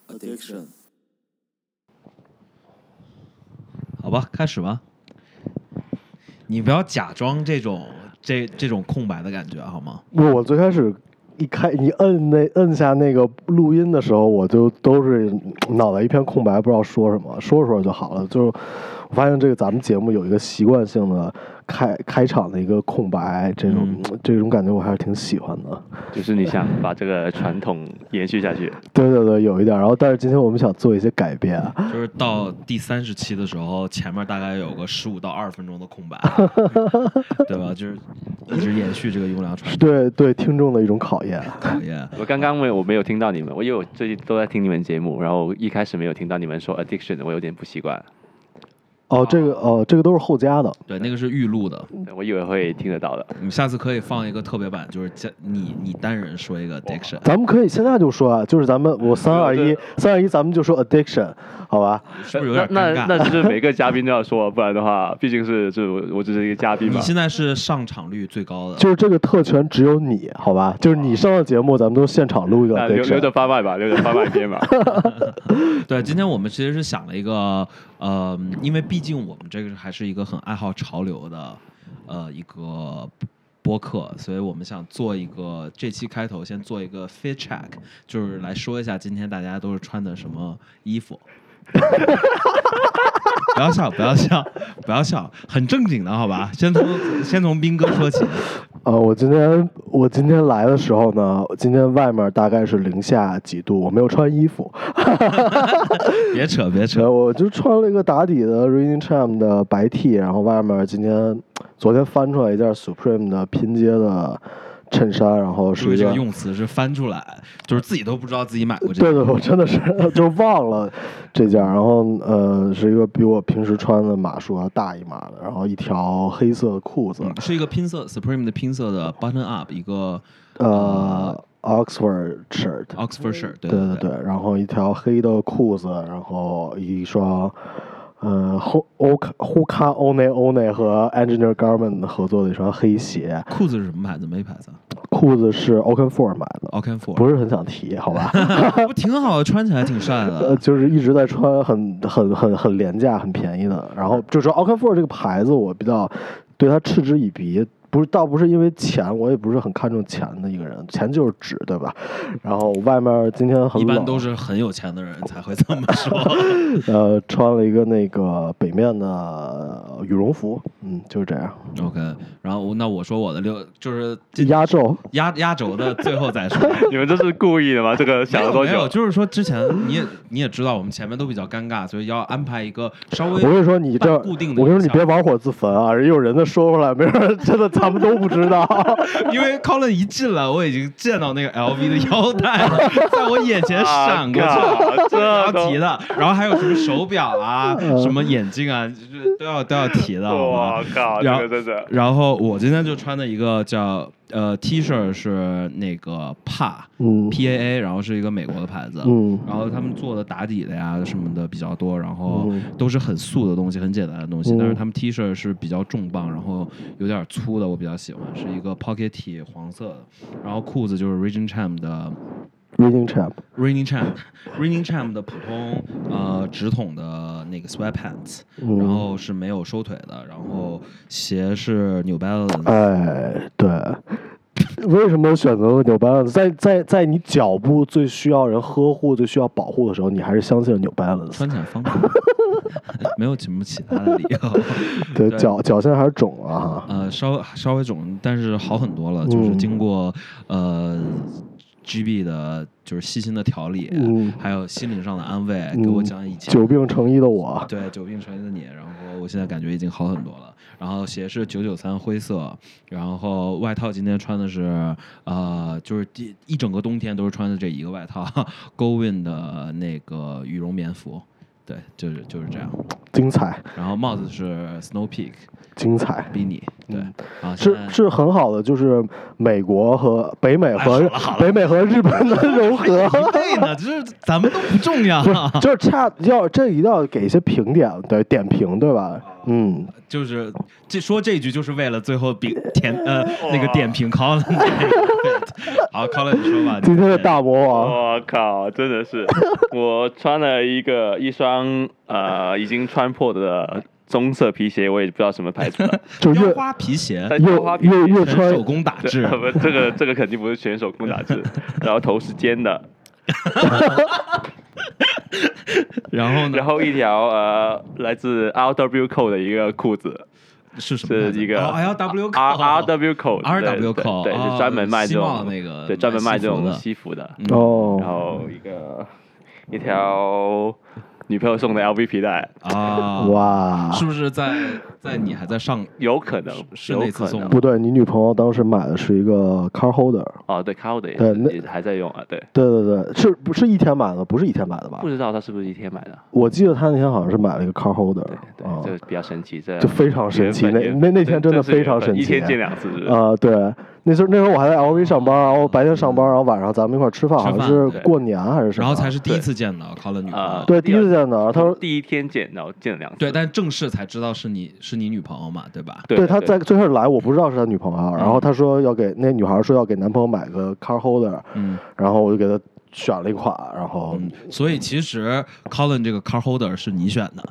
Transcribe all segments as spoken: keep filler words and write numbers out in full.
Addiction。 好吧，开始吧。你不要假装这种这这种空白的感觉好吗？ 不是，我最开始一开你摁那摁下那个录音的时候，我就都是脑袋一片空白，不知道说什么，说着说着就好了。就是我发现这个咱们节目有一个习惯性的开开场的一个空白，这种、嗯、这种感觉我还是挺喜欢的。 就是你想把这个传统延续下去。 对对对，有一点。然后，但是今天我们想做一些改变， 就是到第三十期的时候，前面大概有个十五到二十分钟的空白，对吧？就是一直延续这个优良传统。 对对，听众的一种考验。 考验。 我刚刚我没有听到你们，我因为我最近都在听你们节目，然后一开始没有听到你们说 addiction， 我有点不习惯。 哦，这个哦，这个都是后加的， 对，那个是预录的， 我以为会听得到的。 你下次可以放一个特别版，就是你你单人说一个 addiction。 咱们可以现在就说啊，就是咱们我三二一，三二一，咱们就说 addiction， 好吧？ 是不是有点尴尬？ 那那就是每个嘉宾都要说，不然的话，毕竟是就我只是一个嘉宾嘛。 你现在是上场率最高的， 就是这个特权只有你，好吧？就是你上的节目，咱们都现场录一个 addiction， 留留着发卖吧，留着发卖篇吧。 对，今天我们其实是想了一个。呃，因为毕竟我们这个还是一个很爱好潮流的，呃，一个播客，所以我们想做一个这期开头先做一个 fit check， 就是来说一下今天大家都是穿的什么衣服。不要笑，不要笑，不要笑，很正经的，好吧？先从先从斌哥说起。 呃，我今天我今天来的时候呢，今天外面大概是零下几度，我没有穿衣服。 别扯，别扯， 我就穿了一个打底的 Reading Champ 的白 T， 然后外面今天昨天翻出来一件 Supreme 的拼接的衬衫，然后是一个这个用词是翻出来，就是自己都不知道自己买过这个。 对对，我真的是就忘了这件，然后呃是一个比我平时穿的码数要大一码的，然后一条黑色的裤子， 嗯、是一个拼色 Supreme 的拼色的 button up， 一个呃 Oxford shirt，Oxford shirt， 对对对对，然后一条黑的裤子，然后一双。呃，后欧呼卡欧内欧内和 Engineer Garment 合作的一双黑鞋。 裤子是什么牌子？没牌子。 裤子是 Oakenfour 买的。 Oakenfour 不是很想提，好吧？ 不挺好的，穿起来挺帅的。 呃，就是一直在穿很很很很廉价、很便宜的。然后就说 Oakenfour 这个牌子，我比较对它嗤之以鼻。不是，倒不是因为钱，我也不是很看重钱的一个人，钱就是纸，对吧？然后外面今天很冷， 一般都是很有钱的人才会这么说。 呃，穿了一个那个北面的羽绒服，嗯，就是这样。 OK， 然后那我说我的六就是压轴， 压压轴的最后再说。 你们这是故意的吗？这个想了多久？ 没有，没有就是说之前你也你也知道，我们前面都比较尴尬，所以要安排一个稍微我跟你说，你这固定的。 我跟你说，你别玩火自焚啊！人有人的说出来，没人真的。他们都不知道， 因为 Colin 一进来，我已经见到那个 L V 的腰带了，在我眼前闪过去了，这要提的。然后还有什么手表啊，什么眼镜啊，就是都要都要提的。 我靠，这个真的。 然后我今天就穿的一个叫呃 T 恤是那个 P A， 嗯 P A A， 然后是一个美国的牌子， 嗯， 然后他们做的打底的呀什么的比较多，然后都是很素的东西，很简单的东西， 嗯、 但是他们 T 恤是比较重磅，然后有点粗的，我比较喜欢，是一个 Pocket T 黄色的，然后裤子就是 Reading Champ 的。 Reading Champ Reading Champ Reading Champ 的普通呃直筒的那个 sweatpants，、 嗯、 然后是没有收腿的，然后鞋是 New Balance。 哎，对。为什么选择了 New Balance？ 在在在你脚部最需要人呵护、最需要保护的时候，你还是相信 New Balance。 穿起来方便，没有什么其他的理由。 对，脚脚现在还是肿了哈。 呃，稍稍微肿，但是好很多了，嗯、就是经过呃。G B 的就是细心的调理、嗯，还有心灵上的安慰，嗯、给我讲以前久病成医的我， 对久病成医的你，然后我现在感觉已经好很多了。然后鞋是九九三灰色，然后外套今天穿的是呃，就是第一整个冬天都是穿的这一个外套 ，Go-Win 的那个羽绒棉服，对，就是就是这样， 精彩。 然后帽子是 Snow Peak。 精彩比你对、 嗯、 啊， 是是很好的，就是美国和北美和、 哎、好了好了北美和日本的融合。 对呢，就是咱们都不重要， 就是差要这一定要给一些评点，对点评，对吧？嗯， 就是这说这句就是为了最后比填呃那个点评 Colin 这个好，Colin 你说吧。 今天的大魔王， 我靠，真的是，我穿了一个一双呃已经穿破的棕色皮鞋，我也不知道什么牌子的， 就越腰花皮鞋， 但越腰花皮越越全穿手工打制。 这不这个这个肯定不是全手工打制，然后头是尖的， 然后呢？ 然后一条呃来自 R W Code 的一个裤子。 是什么牌子？ 是一个哦 L W R R W Code R W 对 Code 对， 哦是专门卖这西种帽那个对专门卖这种卖西服的， 嗯哦然后一个一条女朋友送的 L V 皮带， 啊， 哇， 是不是在在你还在上？ 有可能是有可能那次送的不对，你女朋友当时买的是一个 car holder。 哦，对 Code 也对那是也还在用啊，对， 对对对，是不是一天买的？不是一天买的吧不？知道他是不是一天买的， 我记得他那天好像是买了一个 car holder， 对对， 啊这个比较神奇，这就非常神奇那缘分缘那那天真的是非常神奇缘分一天见两次，是不是？ 啊、对，那时候那时候我还在 L V 上班，然后白天上班，然后晚上咱们一块儿吃饭， 吃饭好像是对过年还是什么， 然后才是第一对次见到 Colin 女朋啊友。 对第一次见到，他说第一天见，然后见了两次， 对，但正式才知道是你是你女朋友嘛，对吧？ 对他在最开始来，我不知道是他女朋友，然嗯后他说要给那女孩说要给男朋友买个 car holder， 嗯然后我就给他选了一款，然后嗯，所以其实 Colin 这个 car holder 是你选的。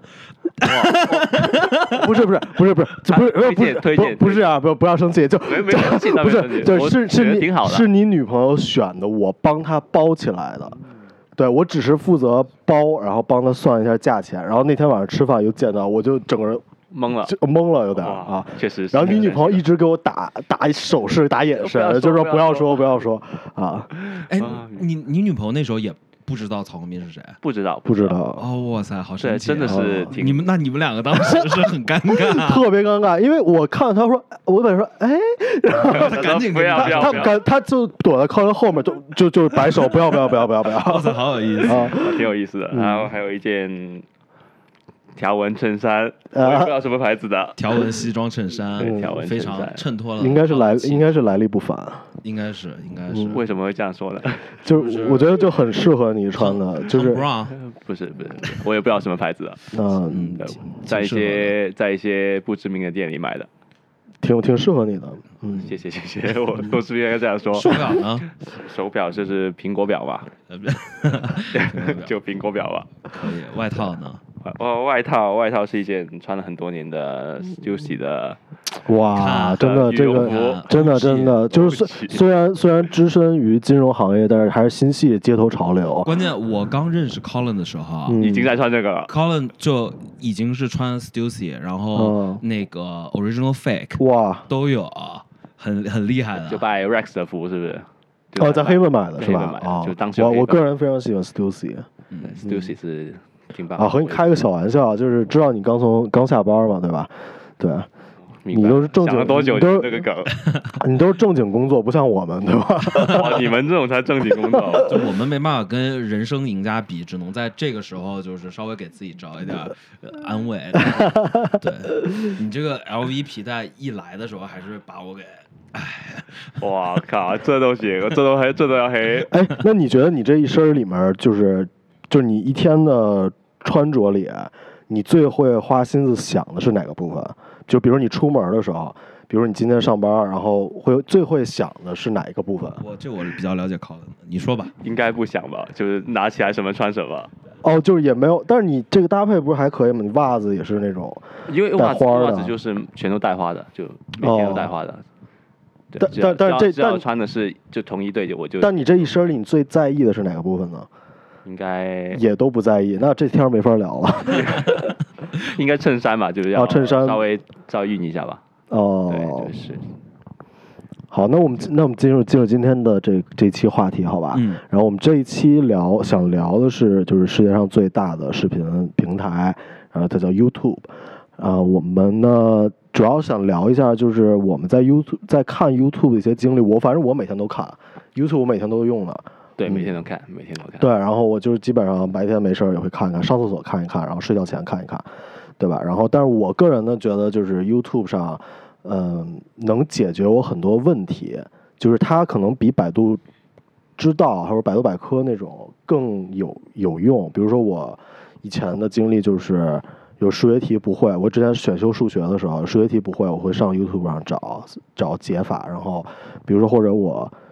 不是不是不是不是就不是推不是荐推荐不不是啊，不不要生气，就没没生气， 不是没生气就我是是你觉得挺好的， 是你女朋友选的，我帮她包起来的。对我只是负责包，然后帮她算一下价钱。然后那天晚上吃饭又见到，我就整个人懵了， 就懵了，有点哇啊。 确实是。 然后你女朋友一直给我打打手势、打眼不要说神，就说不要不要说不要说啊， 哎啊， 你你女朋友那时候也不知道曹宏斌是谁？ 不知道不知道， 哦，哇塞，好神对， 奇啊！ 真的是哦挺你们那你们两个当时是很尴尬， 特别尴尬，因为我看他说，我本来说，哎，然后他赶紧不要跟你他不要不要， 赶他就躲在靠人后面，就就就摆手，不要不要不要不要不要哇塞，好有意思。 啊！ 挺有意思的。 嗯然后还有一件条纹衬衫，我啊也不知道什么牌子的， 条纹西装衬衫， 嗯条纹非常衬衫衬托了， 应该是来应该是来历不凡， 应该是应该是嗯为什么会这样说呢？ 就是我觉得就很适合你穿的，就是 Tom Brown， 不是不是，我也不知道什么牌子的， 嗯， 嗯对， 挺在一挺适合的些在一些不知名的店里买的。 挺挺适合你的，嗯， 谢谢谢谢，我我是不是应该这样说？ 手表呢？ 手表就是苹果表吧， 呃不是就苹果表吧。 可以，外套呢？ 哦，外套外套是一件穿了很多年的 Stussy 的， 哇， 看真的羽这个绒服真的真的就是虽欧气虽然虽然只身于金融行业，但是还是心系街头潮流， 关键我刚认识 Colin 的时候啊嗯已经在穿这个了。 ，Colin 就已经是穿 Stussy，然后嗯那个 Original Fake 哇， 都有，很很厉害的。 就拜 Rex 的福是不是？就哦，在黑门买的是在黑门买？的吧哦就当时有黑门我我个人非常喜欢 Stussy 嗯对 Stussy 是挺棒的啊，和你开个小玩笑，就是知道你刚从刚下班嘛，对吧？对， 明白你都是正经想了多久？ 你都这个梗， 你都是正经工作，不像我们，对吧？ 哇你们这种才正经工作。 就我们没办法跟人生赢家比，只能在这个时候就是稍微给自己找一点呃安慰。对你这个 L V 皮带一来的时候，还是把我给哇靠，这都行，这都黑，这都要黑。 哎，那你觉得你这一身里面，就是就是你一天的穿着里，你最会花心思想的是哪个部分？就比如你出门的时候，比如你今天上班，然后会最会想的是哪一个部分？ 我这我比较了解 Colin 的，你说吧。 应该不想吧？就是拿起来什么穿什么， 哦，就是也没有，但是你这个搭配不是还可以吗？你袜子也是那种， 因为袜子带花的袜子就是全都带花的，就每天都带花的。对但只要但但这只要只要但穿的是就同一对，就我就但你这一身里你最在意的是哪个部分呢？ 应该也都不在意，那这天没法聊了。 应该衬衫吧，就是要哦衬衫稍微稍微熨一下吧。 哦， 对，就是好，那我们那我们进入进入今天的这这期话题，好吧？ 嗯然后我们这一期聊想聊的是，就是世界上最大的视频平台，然后它叫 YouTube。啊、我们呢主要想聊一下，就是我们在 YouTube 在看 YouTube 的一些经历。我反正我每天都看 YouTube，我每天都用的。 对， 嗯每天都看，每天都看。 对，然后我就是基本上白天没事儿也会看一看，上厕所看一看，然后睡觉前看一看，对吧？然后，但是我个人呢觉得，就是 YouTube 上，嗯、能解决我很多问题，就是它可能比百度知道或者百度百科那种更有有用。比如说我以前的经历就是有数学题不会，我之前选修数学的时候，数学题不会，我会上 YouTube 上找找解法，然后比如说或者我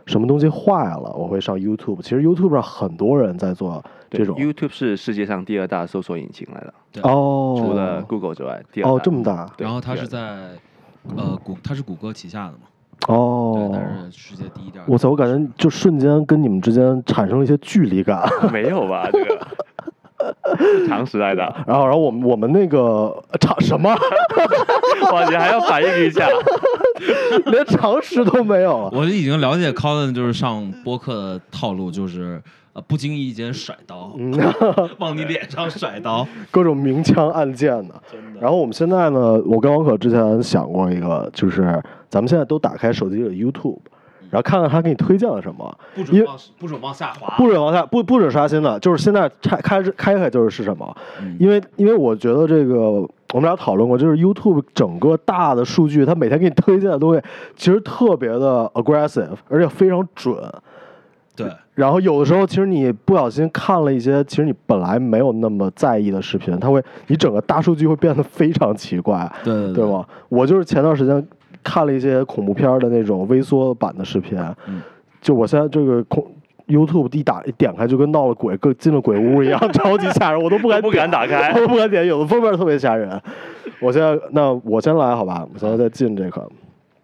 什么东西坏了，我会上 YouTube。其实 YouTube 上很多人在做这种。 YouTube 是世界上第二大搜索引擎来的， 对哦， 除了 Google 之外，第二大。 哦，这么大。 然后它是在呃谷，它是谷歌旗下的嘛。 哦， 对，但是世界第一、第二。 我操！我感觉就瞬间跟你们之间产生了一些距离感。 没有吧？这个长时代的。 然后，然后我们我们那个长什么？ 哇，你还要反应一下， 连常识都没有了。 我已经了解 Colin 就是上播客的套路，就是呃不经意间甩刀， 嗯往你脸上甩刀， 各种明枪暗箭的。然后我们现在呢，我跟王可之前想过一个，就是咱们现在都打开手机里的 YouTube， 然后看看他给你推荐了什么， 不准往不准往下滑， 不准往下不不准刷新的，就是现在开开开开就是是什么？ 嗯、 因为因为我觉得这个我们俩讨论过，就是 YouTube 整个大的数据，它每天给你推荐的东西其实特别的 aggressive， 而且非常准。 对， 然后有的时候其实你不小心看了一些其实你本来没有那么在意的视频，它会你整个大数据会变得非常奇怪， 对对对, 对吧？我就是前段时间看了一些恐怖片的那种微缩版的视频， 嗯、 就我现在这个恐 YouTube 一打一点开就跟闹了鬼，跟进了鬼屋一样，超级吓人，我都不敢不敢打开， 我都不敢点，有的封面特别吓人。我现在那我先来好吧，我现在再进这个。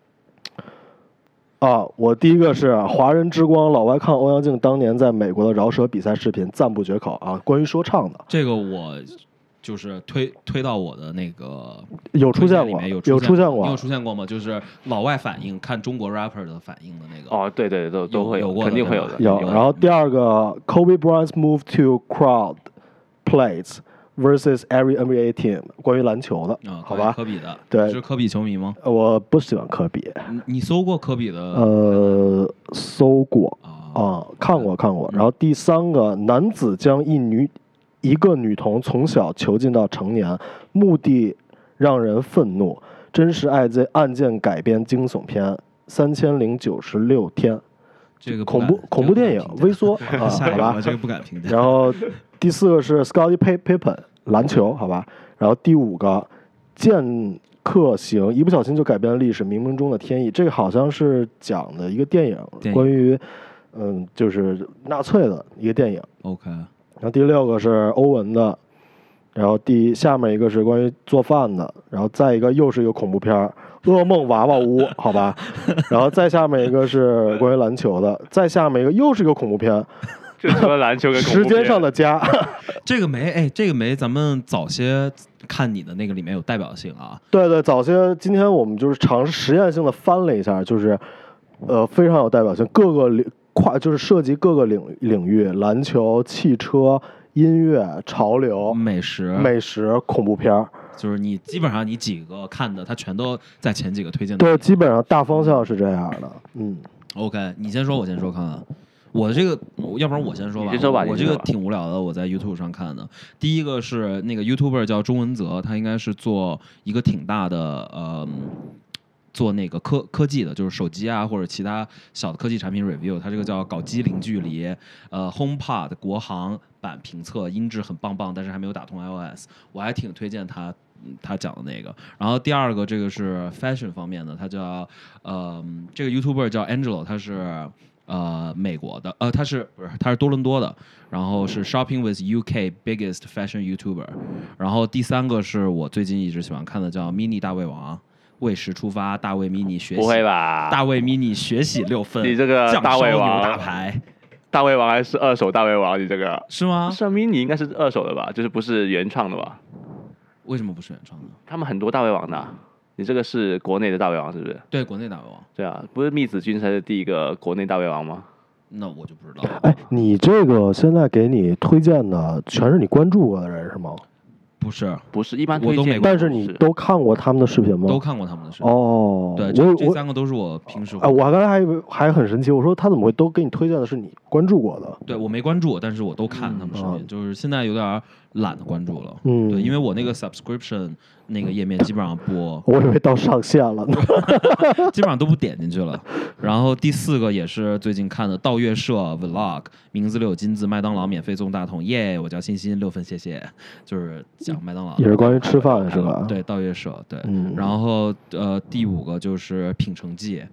啊，我第一个是华人之光老外看欧阳靖当年在美国的饶舌比赛视频，赞不绝口啊！关于说唱的， 这个我就是推推到我的那个有出现过， 有有出现过， 你有出现过吗？就是老外反应看中国 rapper 的反应的那个。 哦，对对，都都会有过， 肯定会有的。 有。然后第二个 ，Kobe Bryant's move to crowd plays。versus every N B A team， 关于篮球的， 嗯、 好吧？ 科比的， 对， 你是科比球迷吗？ 我不喜欢科比。 你你搜过科比的？ 呃，搜过啊、呃，看过看过。然后第三个，男子将一女一个女童从小囚禁到成年，目的让人愤怒，真实案件案件改编惊悚片，三千零九十六天。 这个恐怖恐怖电影微缩啊，好吧， 这个不敢评价。 然后第四个是 Scottie Pippen 篮球，好吧。然后第五个剑客行，一不小心就改变了历史，冥冥中的天意。这个好像是讲的一个电影， 电影关于嗯就是纳粹的一个电影。 OK。 然后第六个是欧文的，然后第下面一个是关于做饭的，然后再一个又是一个恐怖片儿。噩梦娃娃屋，好吧，然后再下面一个是关于篮球的，再下面一个又是一个恐怖片， 就除了篮球跟恐怖片。 时间上的家， 这个没，哎，这个没，咱们早些看你的那个里面有代表性啊。 对对，早些今天我们就是尝试实验性的翻了一下，就是呃非常有代表性，各个领跨就是涉及各个领领域，篮球、汽车、音乐、潮流、 美食、 美食、恐怖片。 就是你基本上你几个看的，它全都在前几个推荐的。 对，基本上大方向是这样的。嗯 ，OK， 你先说，我先说看看。我的这个，要不然我先说吧。 你先说吧。 我这个挺无聊的，我在 YouTube 上看的。第一个是那个 YouTuber 叫钟文泽，他应该是做一个挺大的呃。做那个科科技的，就是手机啊或者其他小的科技产品 review， 它这个叫搞机零距离，呃 HomePod 国行版评测，音质很棒棒，但是还没有打通 iOS， 我还挺推荐他他讲的那个。然后第二个这个是 fashion 方面的，他叫呃这个 YouTuber 叫 Angelo， 他是呃美国的，呃他是不是他是多伦多的，然后是 Shopping with U K biggest fashion YouTuber。然后第三个是我最近一直喜欢看的叫 Mini 大胃王。为时出发，大卫 mini 学习， 不会吧？ 大卫 mini 学习六分， 你这个大胃王大牌， 大胃王还是二手大胃王？你这个是吗？ 是 mini 应该是二手的吧？就是不是原创的吧？ 为什么不是原创的？ 他们很多大胃王的、啊，你这个是国内的大胃王是不是？ 对，国内大胃王。 对啊，不是密子君才是第一个国内大胃王吗？ 那我就不知道了。 哎，你这个现在给你推荐的全是你关注过的人是吗？ 不是， 不是，一般推荐， 但是你都看过他们的视频吗？ 都看过他们的视频。 哦， 对，这这三个都是我平时。 哎，我刚才还以为还很神奇，我说他怎么会都给你推荐的是你关注过的？ 对，我没关注，但是我都看他们视频，嗯、就是现在有点懒得关注了。 嗯， 对，因为我那个 subscription 那个页面基本上不， 我以为到上线了呢， 基本上都不点进去了。然后第四个也是最近看的盗月社 vlog， 名字里有金字，麦当劳免费送大桶，耶！我叫欣欣，六分谢谢，就是讲麦当劳， 也是关于吃饭是吧？ 对，盗月社对。 嗯、 然后呃，第五个就是品城记。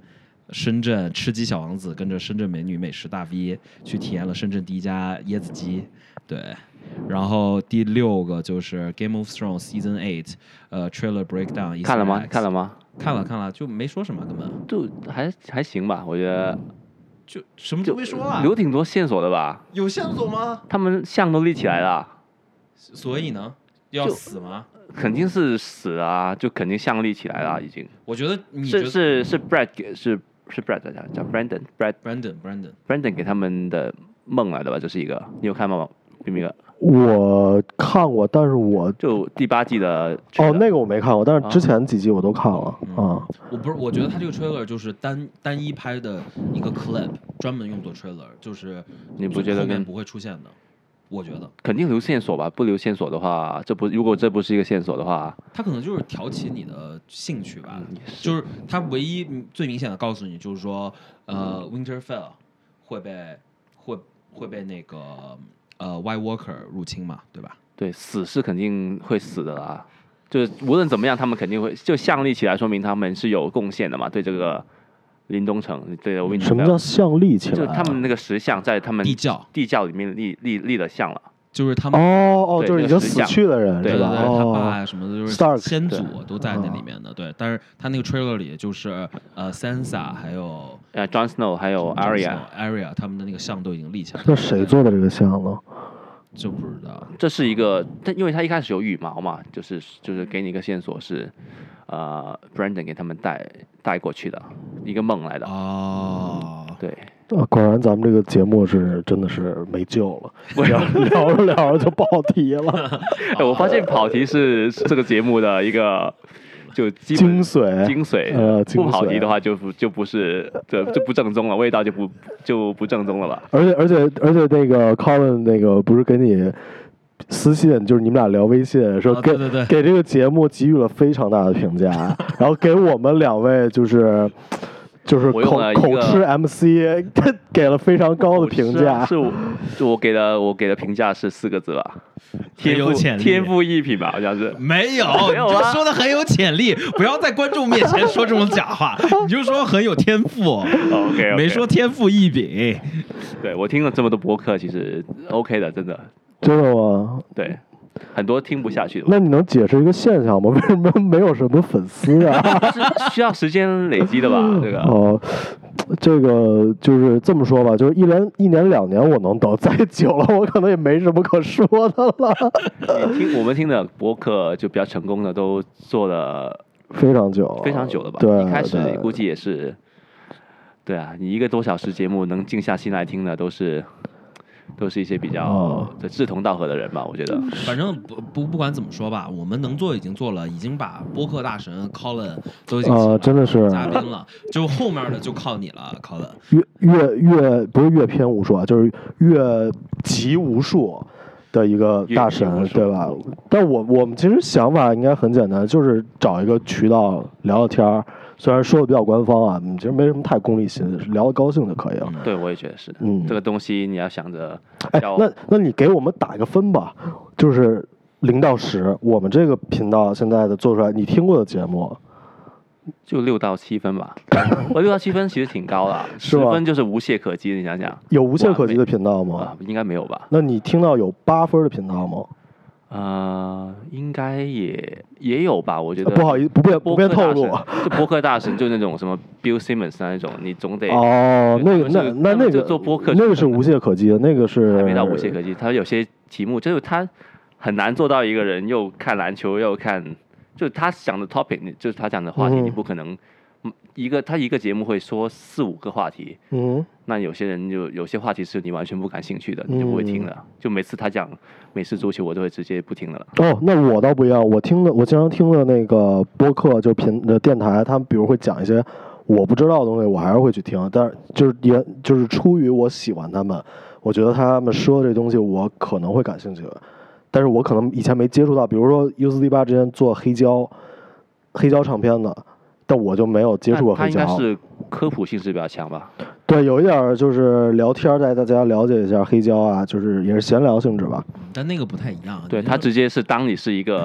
深圳吃鸡小王子跟着深圳美女美食大 V 去体验了深圳第一家椰子鸡，对。然后第六个就是 Game of Thrones Season Eight， 呃 ，trailer breakdown。 看了吗？看了吗？ 看了看了，就没说什么，根本就还还行吧，我觉得。 就什么都没说啊， 留挺多线索的吧？ 有线索吗？ 他们像都立起来了， 所以呢，要死吗？ 肯定是死啊，就肯定像立起来了，已经。 我觉得你觉得是是是 Brad 给是是 Brad 叫叫 Brandon Brad Brandon Brandon Brandon 给他们的梦来的吧？这是一个，你有看吗？冰冰哥？ 我看过，但是我就第八季的哦，那个我没看过，但是之前几季我都看了啊、 嗯嗯。我不是，我觉得他这个 trailer 就是单单一拍的一个 clip， 专门用作 trailer， 就是你不觉得后面不会出现的？我觉得肯定留线索吧，不留线索的话，这不如果这不是一个线索的话， 他可能就是挑起你的兴趣吧。 嗯、是就是他唯一最明显的告诉你，就是说，呃 ，Winterfell 会被会会被那个。呃 ，White Walker 入侵嘛，对吧？ 对，死是肯定会死的啦。就是无论怎么样，他们肯定会就项力起来，说明他们是有贡献的嘛。对这个林东城，对这个 Winterfell。 什么叫项力起来、啊？ 就是他们那个石像在他们地窖地窖里面立立立了像了。 就是他们哦哦，就是已经死去的人， 对对对， 哦、 他爸什么的，就是先祖都在那里面的。对，但是他那个 trailer 里就是呃 Sansa 还有呃 Jon Snow 还有 Arya Arya 他们的那个像都已经立起来了。 那谁做的这个像呢？ 就不知道。 这是一个，但因为他一开始有羽毛嘛，就是就是给你一个线索是，呃 Brandon 给他们带带过去的一个梦来的。 哦， 对。 啊，果然咱们这个节目是真的是没救了，聊聊着聊着就跑题了。 哎，我发现跑题是这个节目的一个就精髓， 精髓。 呃， 不跑题的话就不就不是就就不正宗了，味道就不就不正宗了吧。 而且而且而且那个 Colin 那个不是给你私信，就是你们俩聊微信，说给、 哦、对对对给这个节目给予了非常大的评价，然后给我们两位就是。就是口口吃 M C 给了非常高的评价， 是我，就我给的我给的评价是四个字吧，天赋天赋异品吧，好像是没有，没有、啊，你就说的很有潜力，不要在观众面前说这种假话，你就说很有天赋 ，OK， 没说天赋异禀。 对我听了这么多播客，其实 OK 的，真的， 真的吗？ 对。很多听不下去的。 那你能解释一个现象吗？为什么没有什么粉丝啊？ 是需要时间累积的吧？这个哦，这个就是这么说吧，就是一年一年两年我能等，再久了我可能也没什么可说的了。 嗯你听我们听的播客就比较成功的都做了非常久， 非常久了吧？ 对， 一开始估计也是，对啊，你一个多小时节目能静下心来听的都是。都是一些比较志同道合的人吧，我觉得。 反正不不不管怎么说吧，我们能做已经做了，已经把播客大神 Colin 都已经啊、呃，真的是嘉宾了，就后面的就靠你了 ，Colin。 阅阅阅不是阅片无数啊，就是阅集无数的一个大神，对吧？但我我们其实想法应该很简单，就是找一个渠道聊聊天儿。虽然说的比较官方啊，其实没什么太功利心，聊得高兴就可以了。 对，我也觉得是。 嗯， 这个东西你要想着， 哎，那那你给我们打一个分吧，就是零到十，我们这个频道现在的做出来，你听过的节目， 就六到七分吧。我六到七分其实挺高的，十分就是无懈可击。你想想， 有无懈可击的频道吗？ 啊，应该没有吧？ 那你听到有八分的频道吗？ 呃，应该也也有吧，我觉得。 不好意思，不便不便透露。 就播客大神，就那种什么 Bill Simmons 那种，你总得。 哦，那个那那那个做播客， 那个是无懈可击的，那个是还没到无懈可击。他有些题目，就是他很难做到一个人又看篮球又看，就他想的 topic， 就是他讲的话题，嗯、你不可能一个他一个节目会说四五个话题。 嗯。 那有些人就有些话题是你完全不感兴趣的，你就不会听了。嗯、就每次他讲美式足球，我都会直接不听了。 哦，那我倒不一样，我听的我经常听的那个播客，就是频的电台，他们比如会讲一些我不知道的东西，我还是会去听。但是就是也就是出于我喜欢他们，我觉得他们说的这东西我可能会感兴趣，但是我可能以前没接触到，比如说 U 四 D 八之前做黑胶黑胶唱片的。但我就没有接触过黑胶。 它应该是科普性质比较强吧？ 对，有一点就是聊天，带大家了解一下黑胶啊，就是也是闲聊性质吧。 但那个不太一样。 对，它直接是当你是一个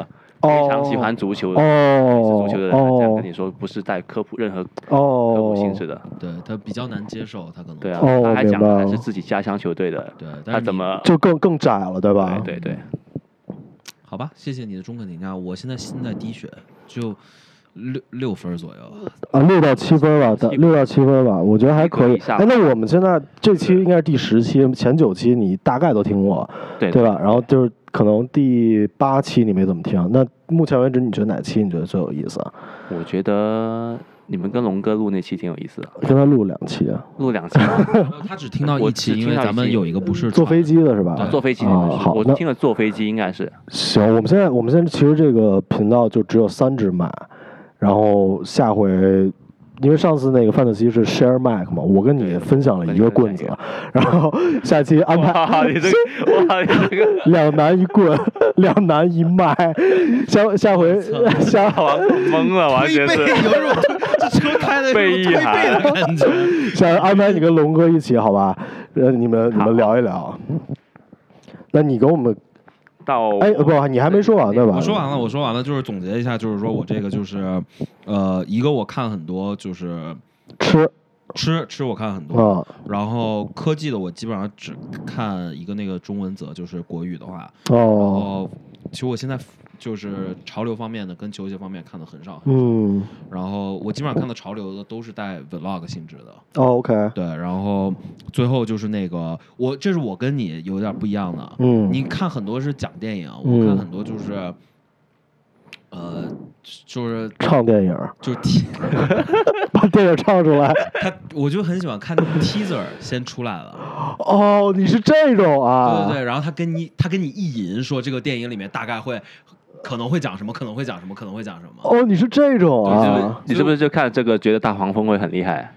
非常喜欢足球的、 哦， 足球的人，这样跟你说，不是带科普任何科普性质的。 对他比较难接受，他可能对啊， 哦他还讲明白还是自己家乡球队的， 对，但是他怎么就更更窄了，对吧？ 对对对。 好吧，谢谢你的中肯评价。我现在心在滴血，就六六分左右。 啊，六到七分吧，但六到七分吧，我觉得还可以。哎，那我们现在这期应该是第十期，前九期你大概都听过， 对对吧？然后就是可能第八期你没怎么听。那目前为止，你觉得哪期你觉得最有意思啊？ 我觉得你们跟龙哥录那期挺有意思的， 跟他录两期啊， 录两期吗？ 他只听到一期，因为咱们有一个不是坐飞机的是吧？ 坐飞机啊，好， 我听了坐飞机应该是。 行，我们现在我们现在其实这个频道就只有三支麦，然后下回。因为上次那个范特西是 share mic 嘛，我跟你分享了一个棍子，然后下期安排哇，你这个，哇，你这个两男一棍，两男一麦，下下回下完懵了，完全是有种这车开的背一寒的感觉。 下回安排你跟龙哥一起，好吧？呃，你们你们聊一聊。那你跟我们。 到哎不，你还没说完对吧？ 我说完了，我说完了，就是总结一下，就是说我这个就是，呃，一个我看很多就是吃吃吃我看很多， 啊、 然后科技的我基本上只看一个那个中文则，就是国语的话， 哦， 然后其实我现在就是潮流方面的跟球鞋方面看的很少，很少嗯， 然后我基本上看的潮流的都是带 vlog 性质的。 哦 ，OK， 对，然后最后就是那个我，这是我跟你有点不一样的。 嗯， 你看很多是讲电影， 嗯、 我看很多就是，呃，就是唱电影， 就是 T 把电影唱出来。 他我就很喜欢看那种 teaser 先出来了。 哦，你是这种啊？ 对对对，然后他跟你他跟你意淫说这个电影里面大概会。可能会讲什么？可能会讲什么？可能会讲什么？ 哦，你是这种啊？ 你是不是就看这个觉得大黄蜂会很厉害？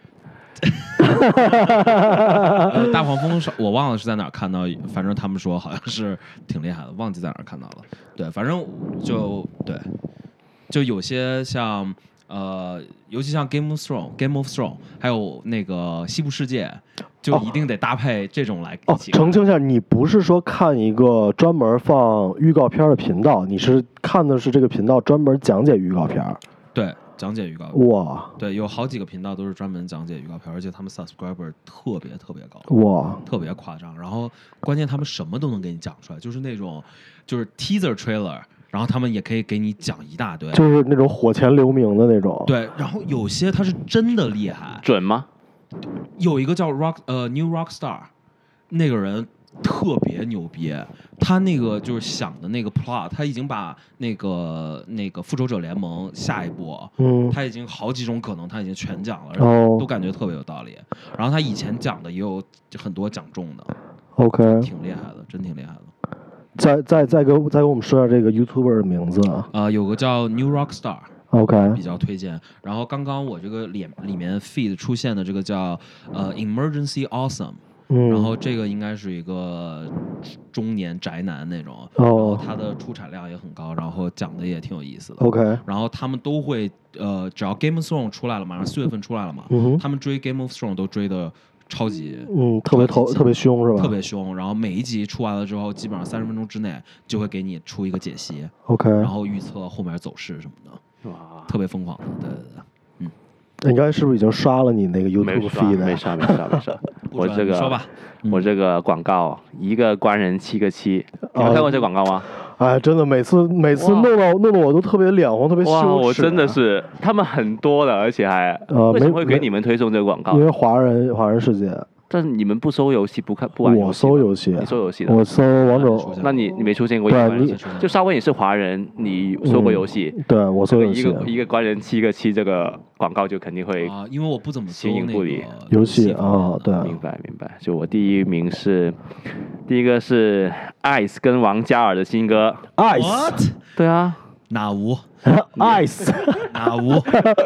呃、大黄蜂我忘了是在哪儿看到，反正他们说好像是挺厉害的，忘记在哪儿看到了。对，反正就对，就有些像呃，尤其像 Game of Thrones、Game of Thrones， 还有那个西部世界。就一定得搭配这种来一起看。 哦，澄清一下，你不是说看一个专门放预告片的频道，你是看的是这个频道专门讲解预告片。 对，讲解预告片。 哇， 对，有好几个频道都是专门讲解预告片，而且他们 subscriber 特别特别高。 哇， 特别夸张。然后关键他们什么都能给你讲出来，就是那种就是 teaser trailer。然后他们也可以给你讲一大堆， 就是那种火前留名的那种。 对，然后有些他是真的厉害， 准吗？ 有一个叫 Rock 呃 New Rockstar， 那个人特别牛逼，他那个就是想的那个 plot， 他已经把那个那个复仇者联盟下一部， 嗯， 他已经好几种可能他已经全讲了， 哦， 都感觉特别有道理。然后他以前讲的也有很多讲中的 ，OK， 挺厉害的，真挺厉害的。 再再再给再给我们说下这个 YouTuber 的名字啊， 呃，有个叫 New Rockstar。 OK， 比较推荐。然后刚刚我这个脸里面 feed 出现的这个叫呃 Emergency Awesome， 嗯， 然后这个应该是一个中年宅男那种， 哦， 然后他的出产量也很高，然后讲的也挺有意思的。 OK， 然后他们都会呃，只要 Game of Thrones 出来了，马上四月份出来了嘛， 嗯、 他们追 Game of Thrones 都追的超级， 嗯，特别头特别凶是吧？ 特别凶。然后每一集出完了之后，基本上三十分钟之内就会给你出一个解析 ，OK， 然后预测后面走势什么的。哇，特别疯狂的，对对对，嗯， 你刚才是不是已经刷了你那个 YouTube feed？ 没刷，没刷，没刷。我这个说吧， 我这个广告一个官人七个七，你有看过这广告吗？ 哎，真的，每次每次弄到弄得我都特别脸红，特别羞耻。 我真的是，他们很多的，而且还呃， 为什么会给你们推送这个广告？ 因为华人华人世界。 但是你们不搜游戏，不看不玩游戏。 我搜游戏， 你搜游戏的。 我搜王者。 那你你没出现过？ 对，你就稍微你是华人，你搜过游戏。 嗯、对，我搜游戏。 一个一个官人七个七，这个广告就肯定会啊，因为我不怎么形影不离。 游戏啊，对， 明白明白。就我第一名是，第一个是 Ice 跟王嘉尔的新歌。 Ice。 对啊。 哪无 ？Ice。 哪无？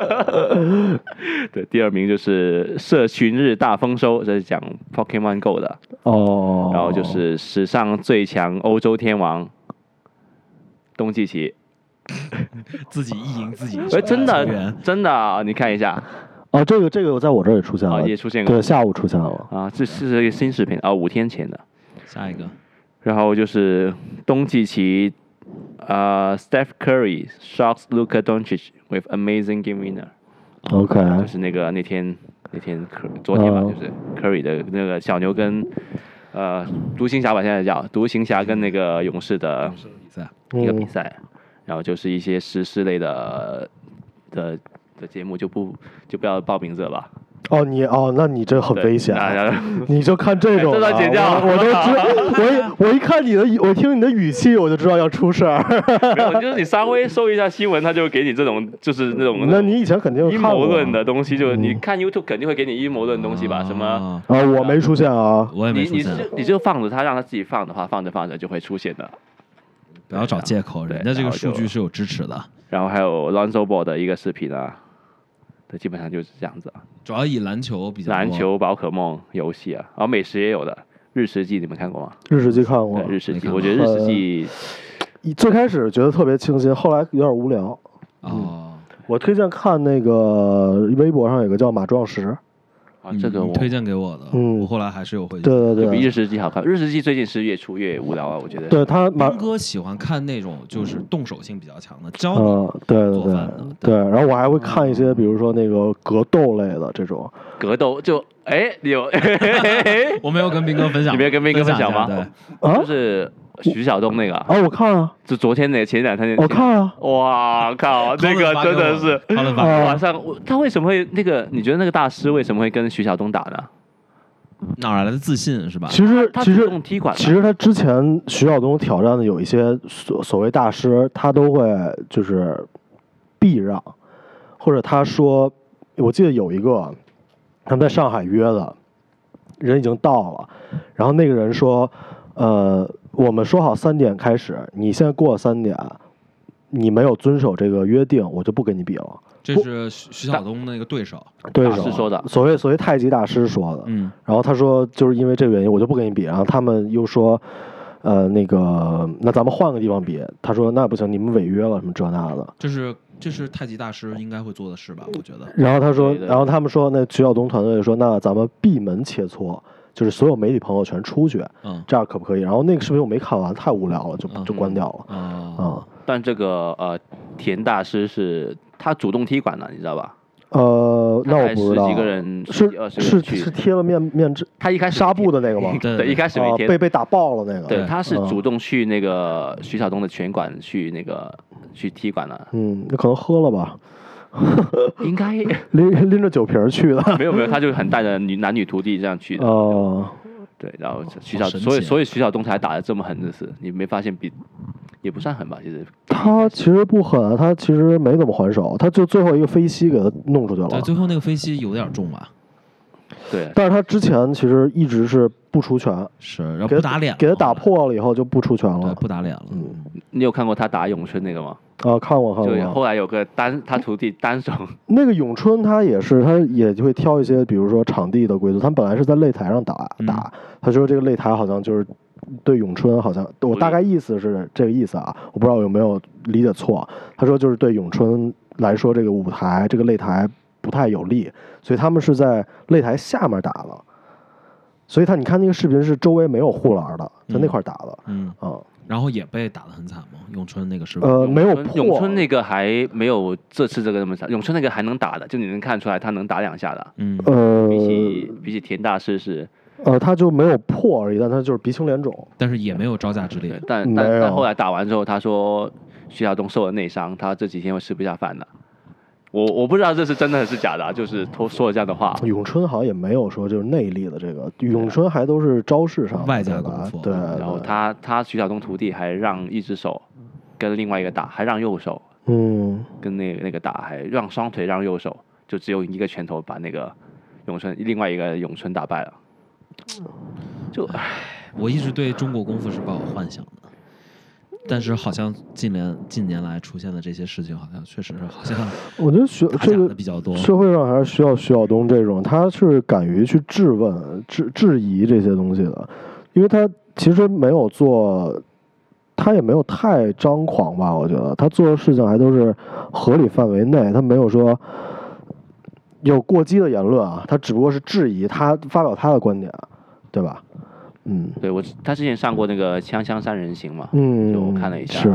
对，第二名就是社群日大丰收，这是讲 Pokemon Go 的哦。 然后就是史上最强欧洲天王东契奇， 自己意淫自己。 哎，真的真的、啊，你看一下。 哦，这个这个在我这儿也出现了， 哦、也出现过。 对，下午出现了。 啊，这是一个新视频啊、哦，五天前的。 下一个。 然后就是东契奇。 呃、Steph Curry shocks Luka Doncic with amazing game winner。OK， 就是那个那天那天昨天吧，就是 Curry 的那个小牛跟呃独行侠吧，现在叫独行侠跟那个勇士的比赛一个比赛，嗯、然后就是一些时事类的的的节目就不就不要报名字了吧。 哦，你哦，那你这很危险、啊，你就看这种、啊， 这段剪掉， 我都知，我一我一看你的，我听你的语气，我就知道要出事儿。 没有，就是你稍微搜一下新闻，他就给你这种，就是那种。 那你以前肯定阴谋论的东西，就你看 YouTube 肯定会给你阴谋论的东西吧？什么啊？我没出现啊， 我也没出现。 你你就你就放着他，让他自己放的话，放着放着就会出现的。 不要找借口，人家这个数据是有支持的。 然后还有 Lonzo Ball 的一个视频啊。对，基本上就是这样子啊。 主要以篮球比较多。 篮球、宝可梦游戏啊，然后美食也有的。日食记你们看过吗？ 日食记看过。 日食记，我觉得日食记、 呃、最开始觉得特别清新，后来有点无聊。 哦、 嗯。我推荐看那个微博上有个叫马壮石。 啊，这个我推荐给我的，嗯，我后来还是有回去。 对对对， 比日食记好看。日食记最近是越出越无聊啊，我觉得。 对他， 兵哥喜欢看那种就是动手性比较强的，教你做饭的。对，然后我还会看一些，比如说那个格斗类的这种。 格斗就哎，你有？ 我没有跟兵哥分享， 你没有跟兵哥分享吗？ 对， 就是徐晓东那个。 啊，我看了。 就昨天那个前两天。 我看了。 哇靠，那个真的是晚上，他为什么会那个？你觉得那个大师为什么会跟徐晓东打呢？ 哪来的自信是吧？ 其实其实踢馆， 其实他之前徐晓东挑战的有一些所所谓大师，他都会就是避让，或者他说，我记得有一个他们在上海约的，人已经到了，然后那个人说，呃，我们说好三点开始，你现在过了三点，你没有遵守这个约定，我就不跟你比了。 这是徐晓东那个对手， 对手说的， 所谓所谓太极大师说的。 嗯， 然后他说就是因为这个原因，我就不跟你比。然后他们又说，呃，那个那咱们换个地方比。他说那不行，你们违约了，什么这那的。 这是这是太极大师应该会做的事吧？我觉得。 然后他说，然后他们说，那徐晓东团队说，那咱们闭门切磋，就是所有媒体朋友全出去， 嗯， 这样可不可以？然后那个视频我没看完，太无聊了，就就关掉了。 啊、 嗯嗯， 但这个呃，田大师是他主动踢馆的，你知道吧？ 呃，那我不知道。 十几个人， 是是是贴了面面纸， 他一开始纱布的那个吗？ 对对，一开始没贴， 被被打爆了那个。 对，他是主动去那个徐晓东的拳馆去那个去踢馆的。 嗯，那可能喝了吧。 应该拎拎着酒瓶去的。 没有没有，他就很带着女男女徒弟这样去的。 哦。 对，然后徐晓，所以所以徐晓东才打得这么狠的是，你没发现比也不算狠吧？其实他其实不狠，他其实没怎么还手，他就最后一个飞膝给他弄出去了。 对，最后那个飞膝有点重吧？ 对。 但是他之前其实一直是不出拳， 是，然后不打脸， 给他打破了以后就不出拳了， 对，不打脸了。 嗯， 你有看过他打咏春那个吗？ 啊，看过看过。 就后来有个单他徒弟单手。 那个咏春他也是，他也会挑一些，比如说场地的规则。他们本来是在擂台上打打，他说这个擂台好像就是对咏春好像，我大概意思是这个意思啊，我不知道有没有理解错。他说就是对咏春来说，这个舞台这个擂台不太有利，所以他们是在擂台下面打的。所以他你看那个视频是周围没有护栏的，在那块打的， 嗯啊。嗯，然后也被打得很惨吗？咏春那个是呃没有破， 咏春那个还没有这次这个那么惨。咏春那个还能打的，就你能看出来他能打两下的。 嗯， 呃， 比起比起田大师是， 呃，他就没有破而已，但他就是鼻青脸肿， 但是也没有招架之力。 但但但后来打完之后，他说徐晓东受了内伤，他这几天会吃不下饭的。我我不知道这是真的还是假的、啊，就是他说了这样的话。 咏春好像也没有说就是内力的这个，咏春还都是招式上外加功夫。 对， 然后他他徐晓东徒弟还让一只手跟另外一个打，还让右手， 嗯， 跟那个那个打，还让双腿让右手，就只有一个拳头把那个咏春另外一个咏春打败了。就唉， 我一直对中国功夫是抱有幻想的。但是好像近年近年来出现的这些事情，好像确实好像我觉得学这个比较多， 社会上还是需要徐晓东这种，他是敢于去质问、质质疑这些东西的，因为他其实没有做，他也没有太张狂吧，我觉得他做的事情还都是合理范围内，他没有说有过激的言论啊，他只不过是质疑，他发表他的观点，对吧？嗯， 对我他之前上过那个《锵锵三人行》嘛， 嗯， 就我看了一下， 是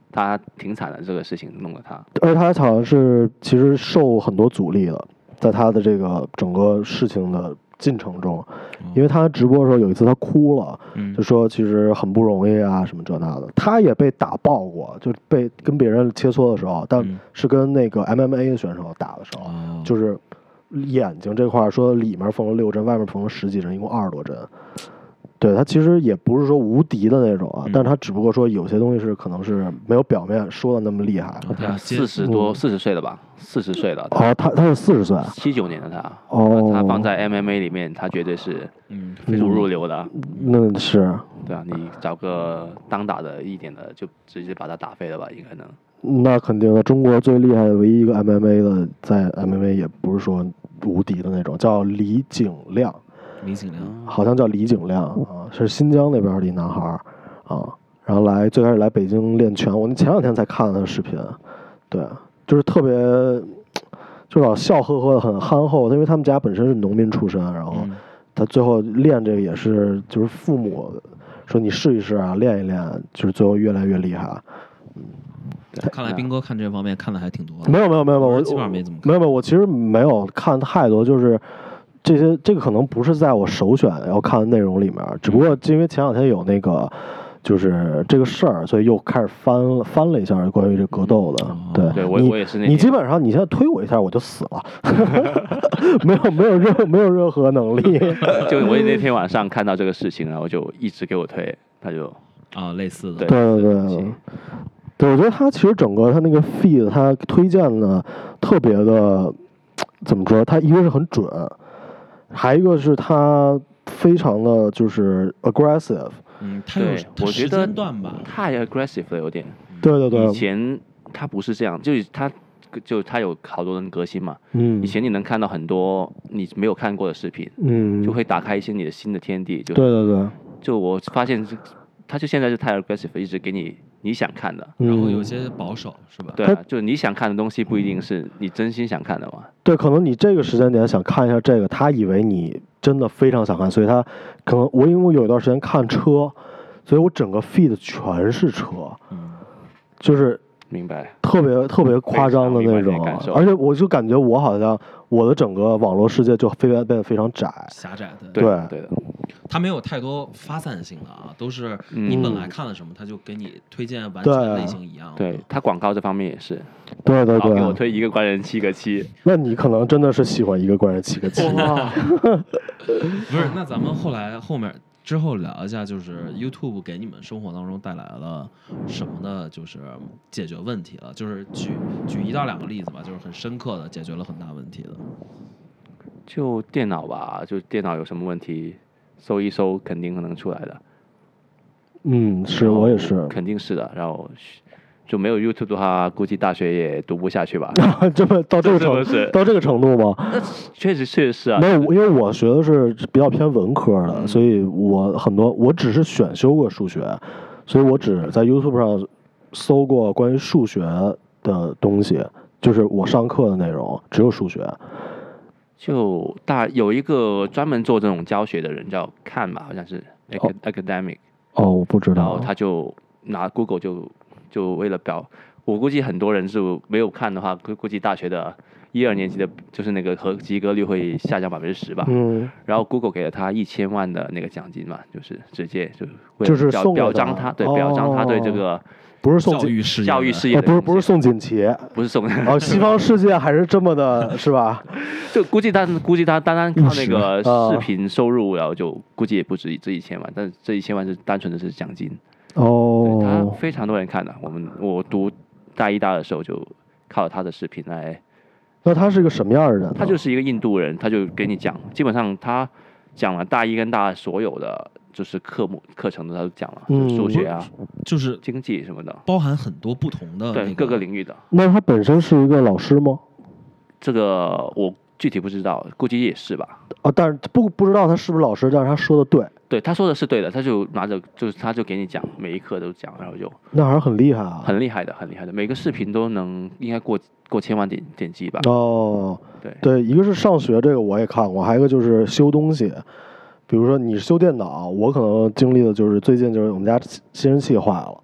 他挺惨的，这个事情弄了他。 而且他好像是其实受很多阻力的，在他的这个整个事情的进程中，因为他直播的时候有一次他哭了， 嗯就说其实很不容易啊什么这那的。他也被打爆过，就被跟别人切磋的时候，但是跟那个 M M A 的选手打的时候， 哦就是眼睛这块说里面缝了六针，外面缝了十几针，一共二十多针。对，他其实也不是说无敌的那种啊， 嗯但是他只不过说有些东西是可能是没有表面说的那么厉害。 哦他四十多，四十岁了吧？四十岁了。 哦，他他是四十岁， 七九年的他。 哦， 他放在 M M A 里面，他绝对是嗯非常入流的。 那是。 对啊，你找个当打的一点的，就直接把他打飞了吧？应该能。 那肯定的，中国最厉害的唯一一个 M M A 的，在 M M A 也不是说无敌的那种，叫李景亮。 李景亮好像叫李景亮啊，是新疆那边的一男孩啊，然后来最开始来北京练拳，我前两天才看了他的视频，对，就是特别，就老笑呵呵的，很憨厚，因为他们家本身是农民出身，然后他最后练这个也是，就是父母说你试一试啊，练一练，就是最后越来越厉害。 嗯，看来斌哥看这方面看的还挺多的。 没有没有没有没有，我基本上没怎么看。 没有没有，我其实没有看太多，就是这些这个可能不是在我首选要看的内容里面，只不过因为前两天有那个就是这个事儿，所以又开始翻了翻了一下关于这格斗的。对， 对我我也是那。 你基本上你现在推我一下我就死了，没有没有任没有任何能力。 就我也那天晚上看到这个事情，然后就一直给我推，他就啊类似的。 对对对。对，我觉得他其实整个他那个 feed 他推荐的特别的怎么说？他一个是很准，还一个是他非常的就是 aggressive。 嗯，他有我觉得段吧， 太 aggressive 了有点。 对对对。 以前他不是这样，就是他就他有好多人革新嘛。 嗯。 以前你能看到很多你没有看过的视频， 嗯， 就会打开一些你的新的天地。就对对对。 就我发现，他就现在是太 aggressive， 一直给你你想看的， 然后有些保守是吧？ 对啊，就你想看的东西不一定是你真心想看的嘛。 对，可能你这个时间点想看一下这个，他以为你真的非常想看，所以他可能我因为我有一段时间看车，所以我整个 feed 全是车， 嗯， 就是明白， 特别特别夸张的那种，而且我就感觉我好像我的整个网络世界就非变得非常窄， 狭窄的， 对对的。 它没有太多发散性的啊，都是你本来看了什么，他就给你推荐完全类型一样的。 对，他广告这方面也是。 对对对。 给我推一个官人七个七。 那你可能真的是喜欢一个官人七个七。 哇。不是，那咱们后来后面之后聊一下，就是 YouTube 给你们生活当中带来了什么的，就是解决问题了。就是举举一到两个例子吧，就是很深刻的解决了很大问题的。 就电脑吧，就电脑有什么问题，搜一搜肯定可能出来的。 嗯，是我也是， 肯定是的。然后就没有 YouTube 的话，估计大学也读不下去吧。 这么到这个程度，到这个程度吗？ 那确实确实是啊。 没有，因为我学的是比较偏文科的，嗯、所以我很多我只是选修过数学，所以我只在 YouTube 上搜过关于数学的东西，就是我上课的内容只有数学。 就大有一个专门做这种教学的人叫看吧，好像是 academic。 哦，我不知道。 然后他就拿 Google 就就为了表，我估计很多人是没有看的话，估计大学的一二年级的，就是那个合及格率会下降百分之十吧。 嗯。 然后 Google 给了他一千万的那个奖金嘛，就是直接就就是表表彰他，对，表彰他对这个。 不是送教育事业， 教育事业、 哦，不是不是送锦旗， 不是送哦，西方世界还是这么的，是吧？ 就估计他估计他单单靠那个视频收入，然后就估计也不止这一千万，但是这一千万是单纯的是奖金。 哦， 他非常多人看的。我们我读大一大的时候就靠他的视频来。 那他是个什么样的人？ 他就是一个印度人，他就给你讲，基本上他讲了大一跟大二所有的。就是科目课程的他都讲了， 嗯、 数学啊， 就是经济什么的， 包含很多不同的、那个、 对各个领域的。 那他本身是一个老师吗？ 这个我具体不知道，估计也是吧。 啊，但是不不知道他是不是老师，但是他说的对。 对，他说的是对的，他就拿着就是他就给你讲，每一课都讲，然后就那还是很厉害啊， 很厉害的，很厉害的，每个视频都能应该过过千万点点击吧。 哦， 对对，一个是上学这个我也看过，还有一个就是修东西。比如说你修电脑，我可能经历的就是最近就是我们家吸尘器坏了，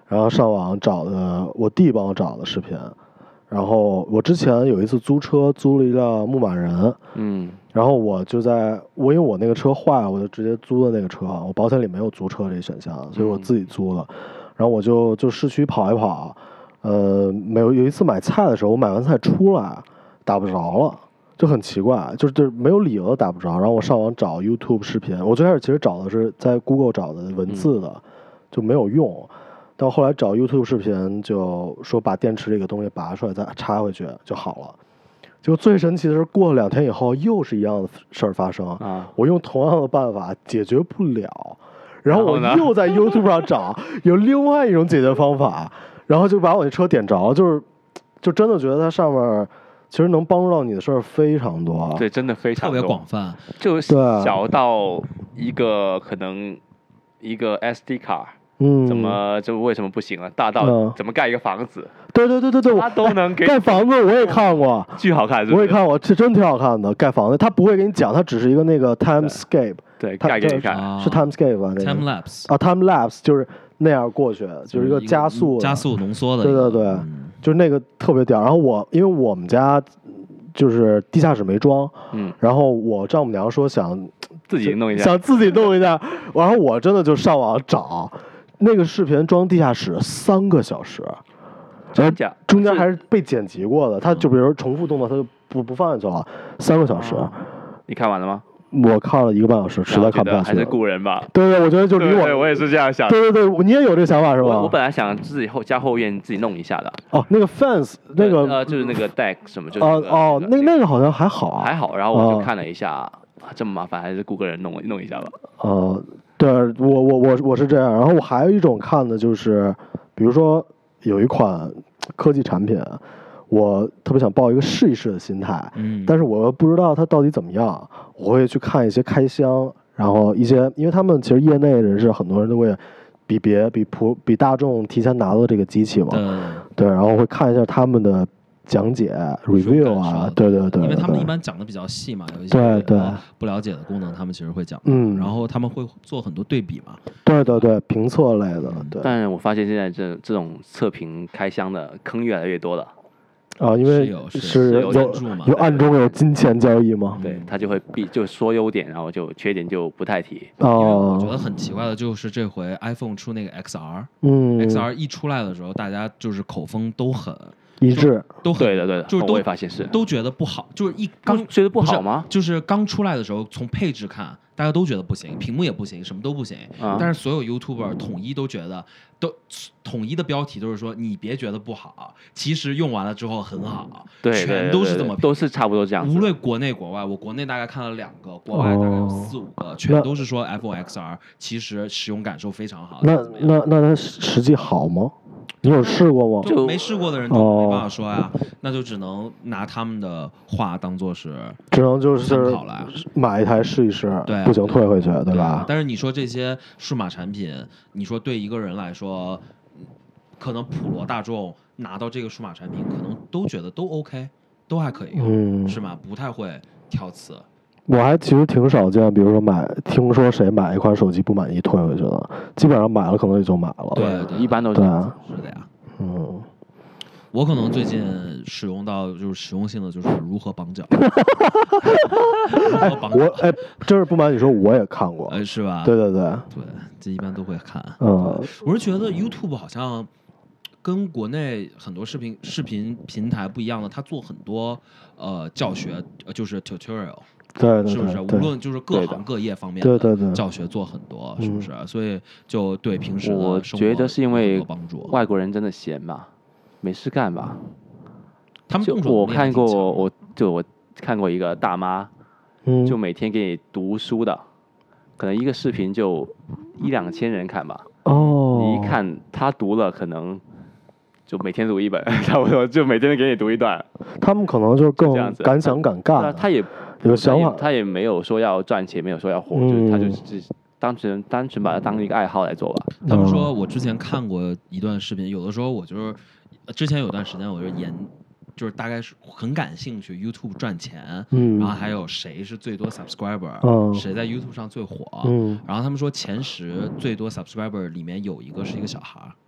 然后上网找的，我弟帮我找的视频。然后我之前有一次租车，租了一辆牧马人， 嗯， 然后我就在我因为我那个车坏了，我就直接租的那个车，我保险里没有租车这一选项，所以我自己租的。然后我就就市区跑一跑，呃，没有有一次买菜的时候，我买完菜出来打不着了，就很奇怪，就是就是没有理由的打不着。然后我上网找 YouTube 视频，我最开始其实找的是在 Google 找的文字的，嗯、就没有用。到后来找 YouTube 视频，就说把电池这个东西拔出来再插回去就好了。结果最神奇的是，过了两天以后，又是一样的事儿发生。啊，我用同样的办法解决不了，然后我又在 YouTube 上找有另外一种解决方法，然后就把我那车点着了。就是，就真的觉得它上面其实能帮助到你的事儿非常多。 对，真的非常多， 特别广泛， 就小到一个可能一个 S D 卡。嗯，怎么就为什么不行了？大到怎么盖一个房子？ 嗯、对对对对对， 他都能给盖房子，我也看过， 巨好看是不是， 我也看过，这真挺好看的。盖房子，他不会给你讲，他只是一个那个 timescape， 对，盖给你看， 是 timescape 吧？那个 time lapse 啊 time lapse 就是那样过去，就是一个加速加速浓缩的， 对对对，嗯、就是那个特别屌。然后我因为我们家就是地下室没装，嗯，然后我丈母娘说想自己弄一下， 想自己弄一下，然后我真的就上网找。那个视频装地下室三个小时，然后中间还是被剪辑过的。他就比如重复动作，他就不不放进去了。三个小时， 哦、你看完了吗？ 我看了一个半小时，实在看不下去。 还是雇人吧。 对对，我觉得就离我， 对我也是这样想。 对对对，你也有这个想法是吧？ 我, 我本来想自己后家后院自己弄一下的。 哦，那个 fence 那个呃，就是那个 deck 什么，就是、 那个、哦哦，那那个好像还好啊， 还好。然后我就看了一下，啊、这么麻烦，还是雇个人弄弄一下吧。 呃。对我我我我是这样，然后我还有一种看的就是，比如说有一款科技产品，我特别想抱一个试一试的心态，嗯，但是我又不知道它到底怎么样，我会去看一些开箱，然后一些，因为他们其实业内人士很多人都会比别比普比大众提前拿到这个机器嘛，嗯、对，然后会看一下他们的讲解 review 啊，对对对， 因为他们一般讲的比较细嘛，有一些对对不了解的功能，他们其实会讲， 嗯， 然后他们会做很多对比嘛， 对对对，评测类的，对。 但我发现现在这这种测评开箱的坑越来越多了。 啊，因为是有有有暗中有金钱交易吗？ 对，他就会必就说优点，然后就缺点就不太提。 哦，我觉得很奇怪的就是这回 iPhone 出那个 X R， 嗯 ，X R 一出来的时候，大家就是口风都很一致， 都很对的对的， 就是都我也发现是都觉得不好，就是一刚觉得不好吗？ 就是刚出来的时候，从配置看，大家都觉得不行，屏幕也不行，什么都不行。啊、但是所有 YouTuber 统一都觉得，都统一的标题都是说你别觉得不好，其实用完了之后很好， 对， 全都是这么都是差不多这样子。 无论国内国外，我国内大概看了两个，国外大概有四五个，哦、全都是说 iPhone X R 其实使用感受非常好。 那那那它实际好吗？你有试过吗？ 就没试过的人就没办法说呀，哦、那就只能拿他们的话当做是， 只能就是参考了， 买一台试一试， 对， 不行退回去，对吧？ 对但是你说这些数码产品，你说对一个人来说，可能普罗大众拿到这个数码产品，可能都觉得都 OK， 都还可以用，嗯、是吗？不太会挑刺。 我还其实挺少见，比如说买，听说谁买一款手机不满意退回去的，基本上买了可能也就买了。 对，对一般都是对啊， 是的呀。 嗯， 我可能最近使用到就是实用性的就是如何绑脚。 如何绑脚哎，我哎，真是不瞒你说，我也看过， 哎，是吧？ 对对对对，这一般都会看。 嗯， 我是觉得 YouTube 好像跟国内很多视频视频平台不一样的，它做很多呃教学，就是 tutorial。 对， 是不是？无论就是各行各业方面的教学做很多，是不是？所以就对平时的生活我觉得是因为帮助。 外国人真的闲嘛，没事干吧。 他们就我看过，我就我看过一个大妈，嗯，就每天给你读书的，可能一个视频就一两千人看吧。 哦， 你一看他读了，可能就每天读一本，差不多就每天给你读一段。 他们可能就是更敢想敢干。 他也。 有想法， 他也没有说要赚钱，没有说要火，嗯、就是他就是单纯单纯把它当一个爱好来做吧。 他们说我之前看过一段视频，有的时候我就是之前有段时间我就研，就是大概是很感兴趣 YouTube 赚钱，嗯，然后还有谁是最多 subscriber，嗯，谁在 YouTube 上最火，嗯，然后他们说前十最多 subscriber 里面有一个是一个小孩。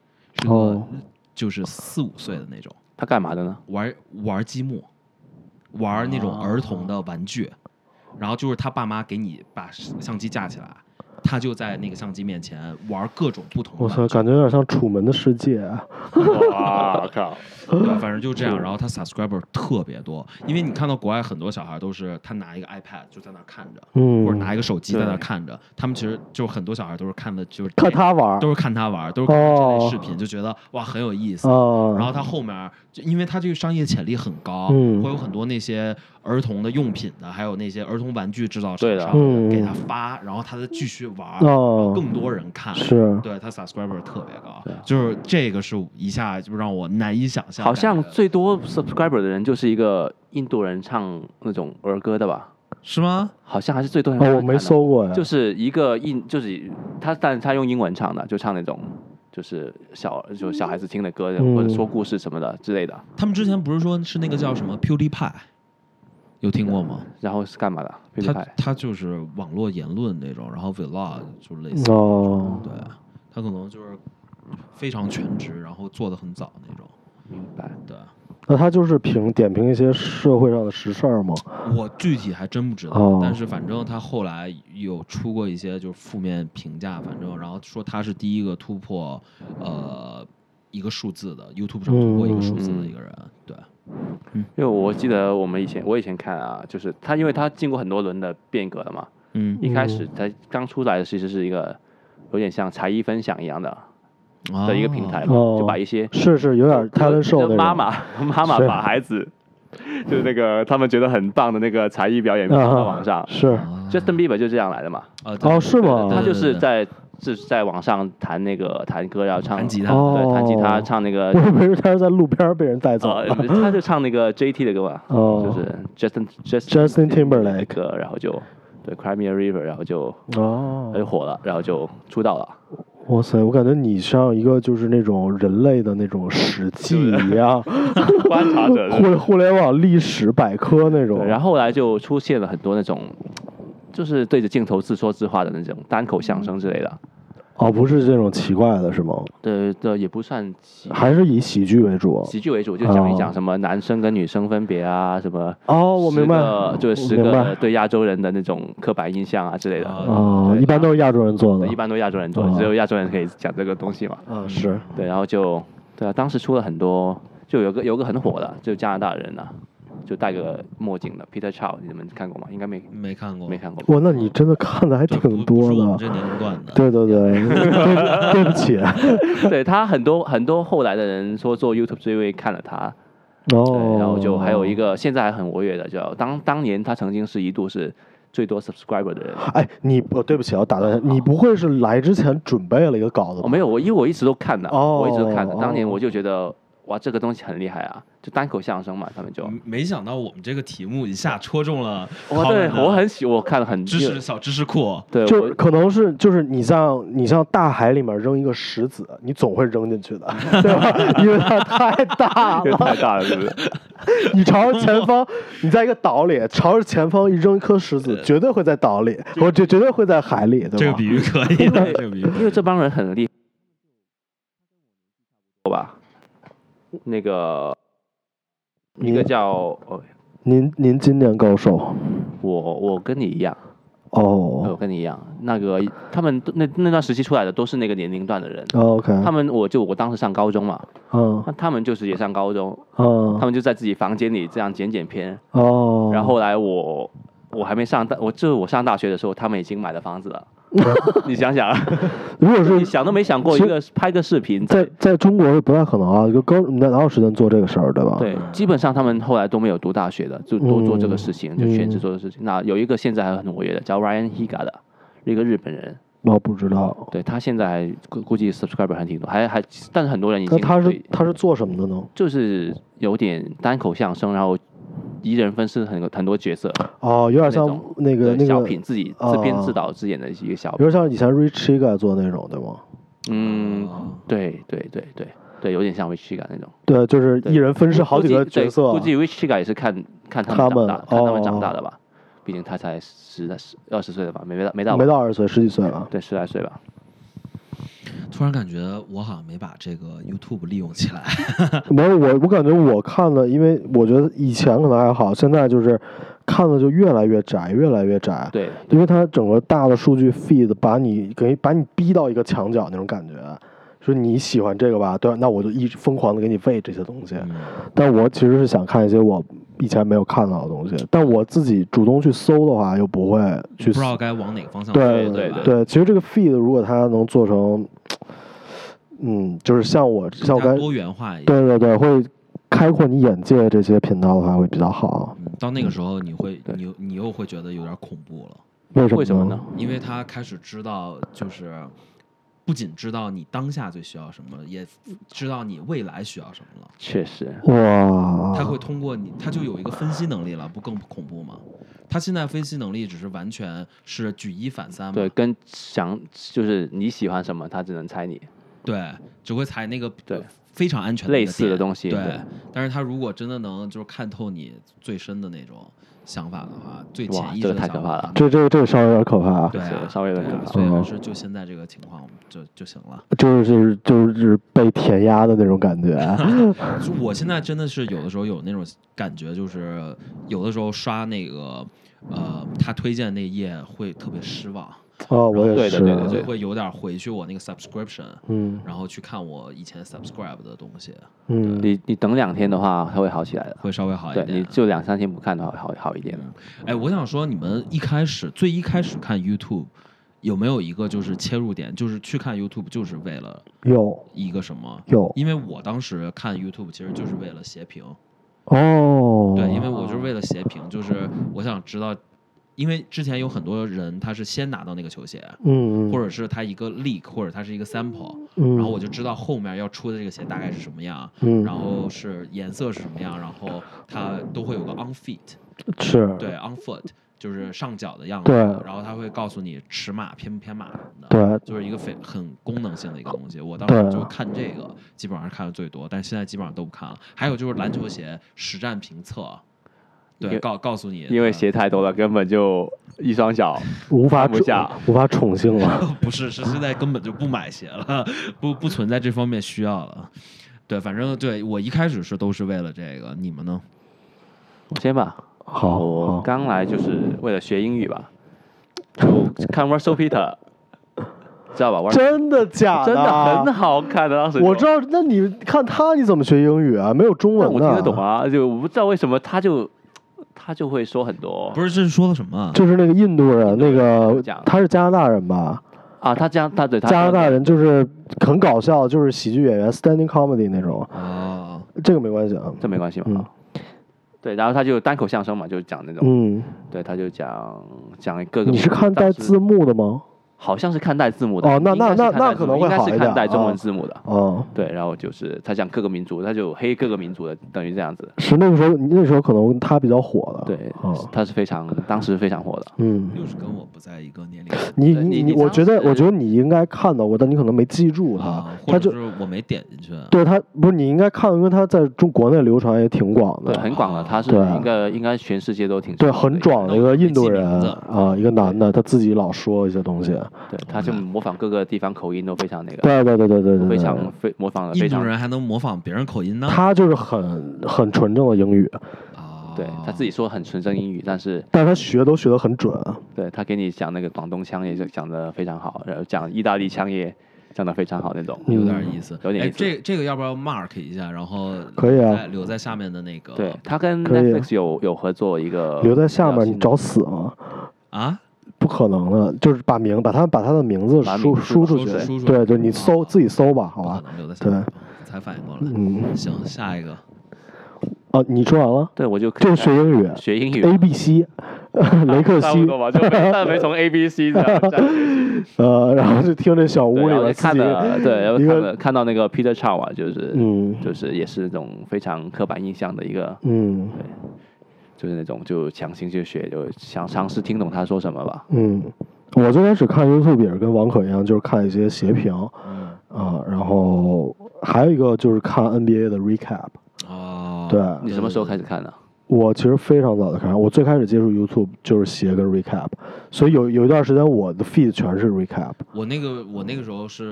是个、 哦就是四五岁的那种， 他干嘛的呢？ 玩玩积木，玩那种儿童的玩具，然后就是他爸妈给你把相机架起来，他就在那个相机面前玩各种不同的我操， 玩具。 感觉有点像《楚门的世界》啊。 哇靠！ 对，反正就这样。然后他 subscriber 特别多，因为你看到国外很多小孩都是他拿一个 iPad 就在那看着， 嗯， 或者拿一个手机在那看着。他们其实就很多小孩都是看的，就是看他玩， 都是看他玩，都是看这类视频，就觉得哇很有意思。 哦、 然后他后面就因为他这个商业潜力很高， 嗯、 会有很多那些儿童的用品的，还有那些儿童玩具制造厂商嗯、 给他发，然后他再继续玩， 哦、 更多人看。 是， 对他 subscriber 特别高，就是这个是一下就让我难以想象。 好像最多 subscriber 的人就是一个印度人唱那种儿歌的吧？ 是吗？ 好像还是最多人看的。 的。 哦，我没搜过呀。 就是一个印，就是他，但他用英文唱的，就唱那种就是小就小孩子听的歌， 嗯、 或者说故事什么的之类的。 他们之前不是说是那个叫什么 PewDiePie， 有听过吗？ 然后是干嘛的？ 他他就是网络言论那种，然后 vlog 就类似哦， 对，他可能就是非常全职，然后做的很早那种。 明白。 对。 那他就是评点评一些社会上的实事儿吗？ 我具体还真不知道， 哦、 但是反正他后来有出过一些就是负面评价，反正然后说他是第一个突破呃一个数字的 YouTube 上突破一个数字的一个人， 嗯、 对。 嗯，因为我记得我们以前我以前看啊，就是他因为他经过很多轮的变革了嘛， 嗯， 一开始他刚出来的其实是一个有点像才艺分享一样的。的一个平台嘛， 哦、 就把一些是是有点 talent show 的妈妈妈妈把孩子，就是那个他们觉得很棒的那个才艺表演放到网上， 啊、是 Justin Bieber 就这样来的嘛， 哦哦是吗？ 他就是在是在网上弹那个弹歌，然后唱弹吉他， 对，弹吉他唱那个， 我以为是他是在路边被人带走了， 呃，他就唱那个 J T 的歌嘛， 哦， 就是 Justin Justin Timberlake 的歌，然后就对 Cry Me a River， 然后就哦， 就火了，然后就出道了。 哇塞，我感觉你像一个就是那种人类的那种史记一样， 观察者， 互互联网历史百科那种。 然后后来就出现了很多那种，就是对着镜头自说自话的那种单口相声之类的。 哦，不是这种奇怪的是吗？ 对对，也不算喜， 还是以喜剧为主。 喜剧为主，就讲一讲什么男生跟女生分别啊，什么哦，我明白， 就是十个对亚洲人的那种刻板印象啊之类的。 哦，一般都是亚洲人做的， 一般都是亚洲人做的，只有亚洲人可以讲这个东西嘛。 嗯，是对，然后就对啊，当时出了很多，就有个有个很火的，就加拿大人呐、啊。就戴个墨镜的 Peter Chow， 你们看过吗？应该没没看过， 没看过。 哇，那你真的看的还挺多的。 我们这年龄段的。 对对对，对, 对不起。 对他很多很多后来的人说做 YouTube 是因为看了他， 哦， 然后就还有一个现在还很活跃的叫当当年他曾经是一度是最多 subscriber 的人。 哎，你哦，对不起，我打断一下，你不会是来之前准备了一个稿子吧？ 哦，没有，我因为我一直都看的， 哦， 我一直都看的。当年我就觉得。哇，这个东西很厉害啊！就单口相声嘛，他们就没想到我们这个题目一下戳中了。 哇，对我很喜，我看了很知识小知识库。 对， 就可能是就是你像你像大海里面扔一个石子，你总会扔进去的，对吧？因为它太大了， 太大了，是不是？ 你朝着前方，你在一个岛里，朝着前方一扔一颗石子，绝对会在岛里，我绝绝对会在海里，对吧？ 这个比喻可以的，这个比喻。 因为这帮人很厉害，吧？那个一个叫哦， 您您今年高寿？ 我我跟你一样哦， 我跟你一样。那个他们那那段时期出来的都是那个年龄段的人。 哦、OK， 他们我就我当时上高中嘛， 嗯， 那他们就是也上高中， 嗯， 他们就在自己房间里这样剪剪片。 哦， 然后后来我我还没上大，我就是我上大学的时候，他们已经买了房子了。你想想， 如果是你想都没想过一个拍个视频， 在在中国是不太可能啊，一个高哪有时间做这个事儿，对吧？ 对，基本上他们后来都没有读大学的，就都做这个事情， 嗯、 就全职做的事情。嗯、那有一个现在还很活跃的，叫 Ryan Higa 的，一个日本人。 我不知道。 对他现在还估估计 subscriber 还挺多，还还，但是很多人已经。 那他是他是做什么的呢？ 就是有点单口相声，然后一人分饰很很多角色。 哦，有点像那个那个小品，自己自编自导自演的一个小品， 有点像以前 Rich Chiga 做那种，对吗？ 嗯，对对对对对，有点像 Rich Chiga 那种。 对，就是一人分饰好几个角色。 估计 Rich Chiga 也是看看他们长大，看他们长大的吧。毕竟他才十十二十岁了吧，没没到没到没到二十岁，十几岁吧。 对，十来岁吧。 突然感觉我好像没把这个 YouTube 利用起来。 没有，我我感觉我看的，因为我觉得以前可能还好，现在就是看的就越来越窄，越来越窄。 对， 因为它整个大的数据 feed 把你给把你逼到一个墙角那种感觉。说你喜欢这个吧，对，那我就一直疯狂的给你喂这些东西。 嗯、 但我其实是想看一些我以前没有看到的东西，但我自己主动去搜的话，又不会去， 不知道该往哪个方向。 对对对对，其实这个 feed 如果它能做成，嗯，就是像我像我刚多元化一点， 对对对，会开阔你眼界这些频道的话会比较好。 嗯，到那个时候你会，你你又会觉得有点恐怖了。 为什么？ 为什么呢？ 因为他开始知道，就是不仅知道你当下最需要什么，也知道你未来需要什么了。 确实， 哇！ 他会通过你，他就有一个分析能力了，不更恐怖吗？他现在分析能力只是完全是举一反三嘛。 对，跟想就是你喜欢什么，他只能猜你。 对，只会猜那个对非常安全的类似的东西。 对， 对但是他如果真的能就是看透你最深的那种想法的话，最潜意识的想法， 这个太可怕了。 这这这个稍微有点可怕。 对、啊， 稍微有点可怕。 所以还是就现在这个情况就就行了。 就是就是被填鸭的那种感觉。 就我现在真的是有的时候有那种感觉，就是有的时候刷那个呃他推荐那页会特别失望。 哦，我也是，对对对对， 会有点回去我那个 subscription， 嗯， 然后去看我以前 subscribe 的东西， 嗯， 你你等两天的话，它会好起来的， 会稍微好一点。 对，你就两三天不看的话，好好一点。 嗯、哎，我想说，你们一开始最一开始看 YouTube， 有没有一个就是切入点，就是去看 YouTube 就是为了有一个什么？ 有， 因为我当时看 YouTube 其实就是为了斜屏。 哦， 对，因为我就是为了斜屏，就是我想知道。因为之前有很多人他是先拿到那个球鞋， 嗯， 或者是他一个 leak， 或者他是一个 sample， 嗯， 然后我就知道后面要出的这个鞋大概是什么样， 嗯， 然后是颜色是什么样，然后它都会有个 on feet， 是， 对 on foot 就是上脚的样子， 对， 然后他会告诉你尺码偏不偏码什么的， 对， 就是一个非很功能性的一个东西。我当时就看这个，基本上是看的最多，但是现在基本上都不看了。还有就是篮球鞋实战评测。对，告告诉你， 因为鞋太多了，根本就一双脚无法不下， 无法宠幸了。 不是，是现在根本就不买鞋了，不不存在这方面需要了。对，反正对我一开始是都是为了这个，你们呢？ 我先吧。 好， 我刚来就是为了学英语吧，就看 Russell Peter， 知道吧？ 真的假的？ 真的很好看的，当时我知道。那你看他，你怎么学英语啊？没有中文的。 我听得懂啊，就我不知道为什么他就。他就会说很多， 不是这是说的什么？ 就是那个印度人，那个他是加拿大人吧？ 啊，他加他对他加拿大人就是很搞笑，就是喜剧演员 standing comedy 那种。 啊， 这个没关系啊， 这没关系嘛。 嗯、 对，然后他就单口相声嘛，就讲那种， 嗯， 对，他就讲讲各个。 你是看带字幕的吗？ 好像是看带字幕的哦，那那那那可能会好一点， 应该是看带中文字幕的。 哦， 对，然后就是他讲各个民族，他就黑各个民族的，等于这样子。 是那个时候，那时候可能他比较火的。 对， 哦、 他是非常当时非常火的。 嗯， 又是跟我不在一个年龄。 你你你，我觉得我觉得你应该看到过，但你可能没记住他。 啊、 他就我没点进去。 对他不是你应该看，因为他在中国内流传也挺广的。 对，很广的，他是一个应该全世界都挺对很壮的一个印度人啊，一个男的，他自己老说一些东西。 对，他就模仿各个地方口音都非常那个。 对对对对对对， 非常非模仿的非常。 印度人还能模仿别人口音呢？ 他就是很很纯正的英语。 啊， 对他自己说很纯正英语，但是但是他学都学得很准。 对他给你讲那个广东腔也是讲得非常好，然后讲意大利腔也讲得非常好那种， 有点意思， 有点意思。 这这个要不要 mark 一下，然后可以啊， 留在下面的那个。 对他跟 Netflix 有有合作一个。 留在下面，你找死吗？ 啊？ 不可能的，就是把名把他把他的名字输输出去，对对，你搜自己搜吧，好吧？ 对，才反应过来。 嗯， 行，下一个。 哦，你说完了？ 对，我就就学英语， 学英语 A B C， 雷克西， 吧，就但没从 A B C 这样呃，然后就听这小屋里边看的，对，然后看个看到那个 Peter Chow 啊，就是嗯， 就是也是那种非常刻板印象的一个， 嗯， 对。就是那种就强行去学，就想尝试听懂他说什么吧。 嗯，我最开始看 YouTube 也是跟王可一样，就是看一些斜屏， 嗯啊，然后还有一个就是看 N B A 的 recap。 哦， 对。 你什么时候开始看的？ 我其实非常早的看，我最开始接触 YouTube 就是斜跟 recap， 所以有有一段时间我的 feed 全是 recap。 我那个我那个时候是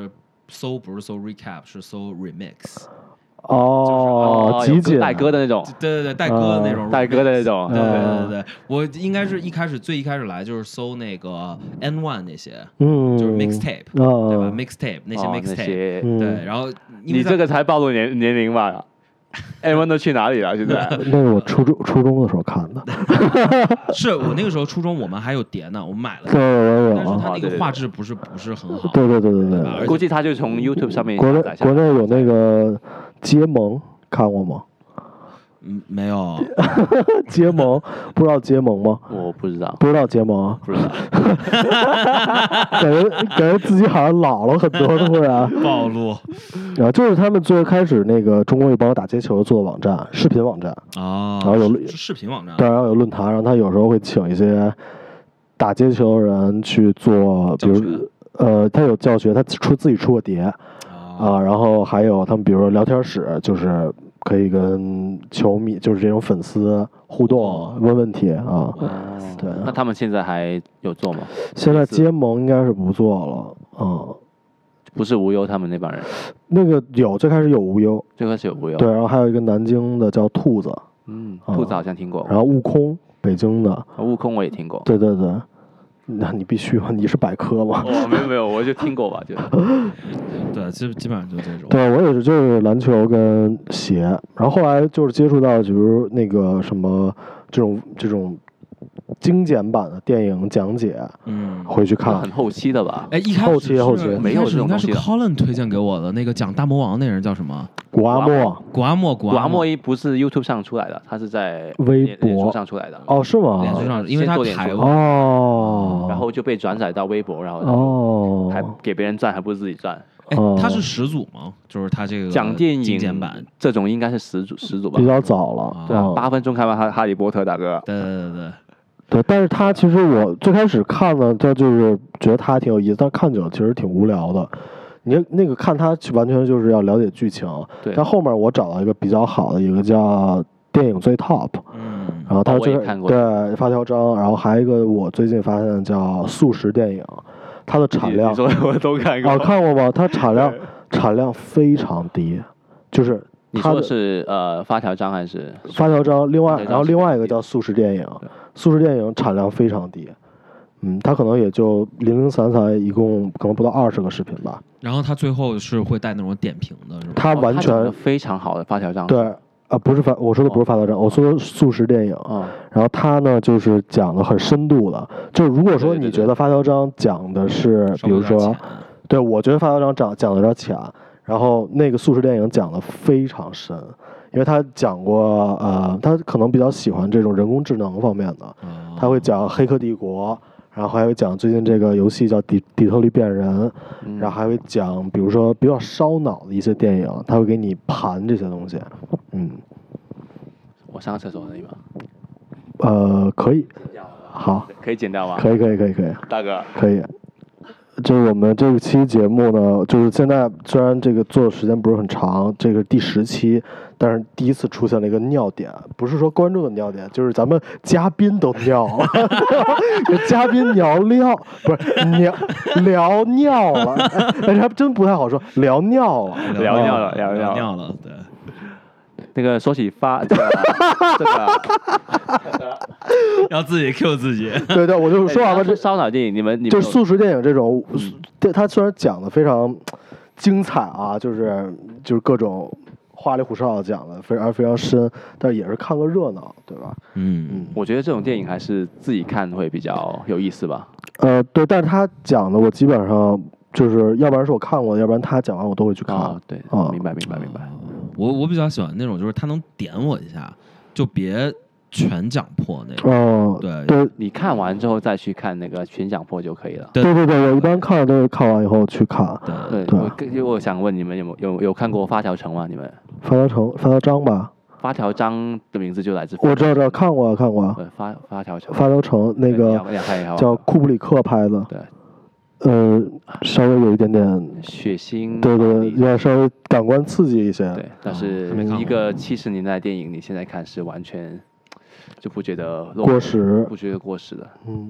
搜不是搜 recap， 是搜 remix。 哦，集锦带歌的那种， 对对对，带歌的那种， 带歌的那种， 对对对对，我应该是一开始最一开始来就是搜那个 N 一 那些，嗯，就是 mixtape，对吧 ？mixtape 那些 mixtape，对，然后你这个才暴露年年龄吧 ？N 一 都去哪里了？现在那是我初中初中的时候看的， 是我那个时候初中，我们还有碟呢，我们买了， 对，我有， 但是它那个画质不是不是很好， 对对对对对， 估计他就从 YouTube 上面国内国内有那个。结盟看过吗？ 嗯，没有。 结盟不知道结盟吗？ 我不知道， 不知道结盟， 不知道。 感觉感觉自己好像老了很多，突然暴露。 然后就是他们最开始那个中国有帮我打街球做的网站，视频网站啊， 然后有是视频网站， 对，然后有论坛，然后他有时候会请一些打街球的人去做，比如呃，他有教学，他出自己出过碟。啊，然后还有他们，比如说聊天室，就是可以跟球迷，就是这种粉丝互动、问问题啊。哦、对， 那他们现在还有做吗？ 现在结盟应该是不做了，嗯， 不是无忧他们那帮人。 那个有，最开始有无忧， 最开始有无忧。 对，然后还有一个南京的叫兔子， 嗯，兔子好像听过。 然后悟空，北京的。 悟空我也听过。 对对对。那你必须吗？你是百科吗？ 哦，没有没有，我就听过吧，就。 对，基基本上就这种。 对，我也是，就是篮球跟鞋，然后后来就是接触到，比如那个什么这种这种精简版的电影讲解， 嗯， 回去看。 很后期的吧？ 哎，一开始后期后期没有这种应该是 Colin 推荐给我的那个讲大魔王那人叫什么？ 古阿莫。 古阿莫，古阿莫一不是 YouTube 上出来的，他是在微博上出来的。 哦，是吗？ 脸书上，因为他台湾哦， 然后就被转载到微博，然后哦， 还给别人赚，还不是自己赚。 哎，他是始祖吗？就是他这个讲电影精简版这种应该是始祖始祖吧？ 比较早了， 对啊，八分钟看完哈哈利波特大哥。 对对对对。 对，但是他其实我最开始看呢，他就是觉得他挺有意思，但看久了其实挺无聊的。你那个看他完全就是要了解剧情， 对。 但后面我找到一个比较好的，一个叫电影最 top， 嗯， 然后他这个、 哦、 对发条章，然后还有一个我最近发现的叫速食电影，它的产量， 你说我都看过， 哦，看过吗？它产量产量非常低，就是你说是呃发条章还是发条章？另外，然后另外一个叫速食电影，速食电影产量非常低。嗯，他可能也就零零散散，一共可能不到二十个视频吧。 然后他最后是会带那种点评的，是吧？ 他完全、 哦、非常好的发条章。 对，啊，不是发，我说的不是发条章，哦、我说的速食电影。 嗯。 然后他呢，就是讲的很深度的。就是如果说你觉得发条章讲的是， 对对对比如说，对我觉得发条章讲讲的有点浅，然后那个速食电影讲的非常深。因为他讲过，呃，他可能比较喜欢这种人工智能方面的， 嗯、 他会讲《黑客帝国》。然后还会讲最近这个游戏叫底底特律变人， 嗯、 然后还会讲比如说比较烧脑的一些电影，他会给你盘这些东西。嗯， 我上个厕所可以吗？ 呃，可以。好， 可以剪掉吗？ 可以，可以，可以，可以。 大哥， 可以。就是我们这期节目呢，就是现在虽然这个做的时间不是很长，这个第十期，但是第一次出现了一个尿点，不是说观众的尿点，就是咱们嘉宾都尿了，嘉宾聊尿不是尿聊尿了，但是还真不太好说，聊尿了， 聊尿了，聊尿尿了，对。 那个说起发这个这个， 要自己 Q 自己。 对对，我就说完了。这烧脑电影，你们你们就是速食电影这种，嗯、它虽然讲的非常精彩啊，就是就是各种花里胡哨讲的非常非常深，但是也是看个热闹，对吧？ 嗯嗯， 我觉得这种电影还是自己看会比较有意思吧。 呃，对，但是他讲的我基本上就是要不然是我看过的，要不然他讲完我都会去看。 哦、对， 哦、 明白明白明白。 我我比较喜欢那种，就是他能点我一下，就别全讲破那种。 哦， 对对， 你看完之后再去看那个全讲破就可以了。 对对对，我一般看都是看完以后去看。 对对，我我想问你们有没有有有看过发条城吗？你们？ 发条城，发条章吧。 发条章的名字就来自。 我知道知道，看过看过。 对，发发条城。 发条城那个叫库布里克拍的。 对。 呃，稍微有一点点血腥， 对对，要稍微感官刺激一些。 对，但是一个七十年代的电影，你现在看是完全就不觉得过时， 不觉得过时的。 嗯，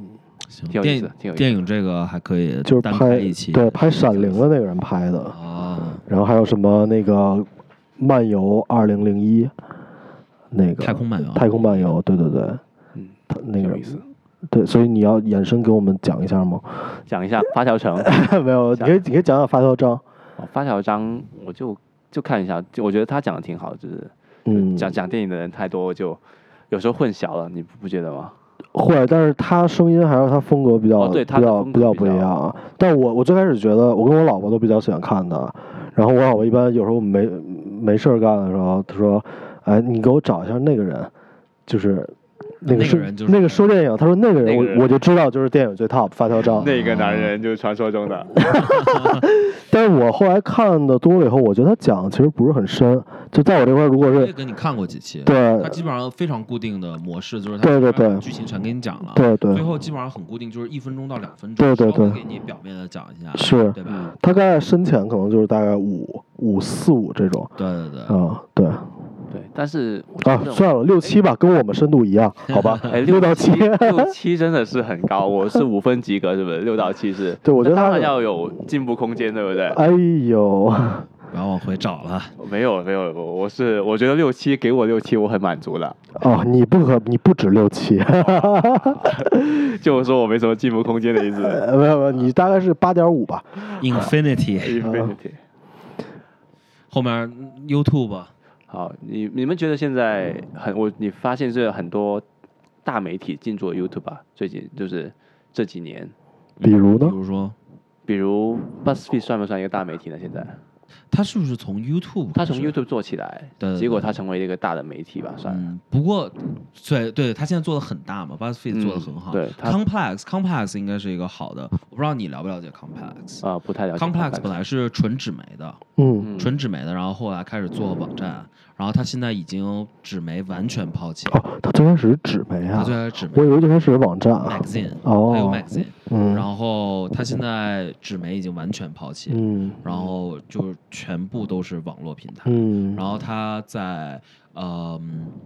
挺有意思的，挺有意思的。 电影这个还可以就是单拍一期， 对拍《闪灵》的那个人拍的啊， 然后还有什么那个漫游二零零一，那个太空漫游， 太空漫游，对对对， 嗯， 他那个有意思。 对，所以你要延伸给我们讲一下吗？ 讲一下发条城， 没有，你可以你可以讲讲发条章。 哦、发条章我就就看一下，就我觉得他讲的挺好，就是嗯， 讲讲电影的人太多，就有时候混淆了，你不觉得吗？ 会，但是他声音还有他风格比较、 哦、对， 比较比较不一样啊。但我我最开始觉得，我跟我老婆都比较喜欢看的。然后我老婆一般有时候没没事干的时候，她说：“哎，你给我找一下那个人，就是那个那个人就是那个说电影。”她说那个人， 那个人我我就知道就是电影最 top 发条章。 那个男人就是传说中的。 但是我后来看的多了以后，我觉得他讲的其实不是很深。就在我这块，如果是我也跟你看过几期， 对， 他基本上非常固定的模式，就是他对对对剧情全给你讲了， 对对， 最后基本上很固定，就是一分钟到两分钟， 对对对， 稍微给你表面的讲一下， 是， 对吧？ 大概深浅可能就是大概五五四五这种， 对对对， 啊对。 对，但是啊，算了，六七吧，跟我们深度一样，好吧？ 哎， 六到七， 六七真的是很高，我是五分及格，是不是？六到七是， 对，我觉得他当然要有进步空间，对不对？ 哎呦， 不要往回找了。 没有没有，我是我觉得六七给我六七，我很满足了。 哦，你不可，你不止六七， 就是说我没什么进步空间的意思。 呃没有没有，你大概是八点五吧。 Infinity， Infinity， 后面 YouTube。 好，你你们觉得现在很我你发现是很多大媒体进驻 YouTube 吧？最近就是这几年， 比如呢？ 比如说， 比如 BuzzFeed 算不算一个大媒体呢？现在他是不是从 YouTube？ 他从 YouTube 做起来， 对对对结果他成为一个大的媒体吧，算。 嗯，不过，对对，他现在做的很大嘛 ，BuzzFeed 做的很好。 嗯、对 ，Complex Complex 应该是一个好的，我不知道你了不了解 Complex 啊、呃，不太了解。 Complex 本来是纯纸媒的， 嗯， 纯纸媒的，然后后来开始做网站，然后他现在已经纸媒完全抛弃了。 哦，他最开始是纸媒啊， 他最开始纸媒， 我以为最开始是网站 magazine， 哦， 还有 magazine， 嗯， 然后他现在纸媒已经完全抛弃， 嗯， 然后就全部都是网络平台， 嗯， 然后他在呃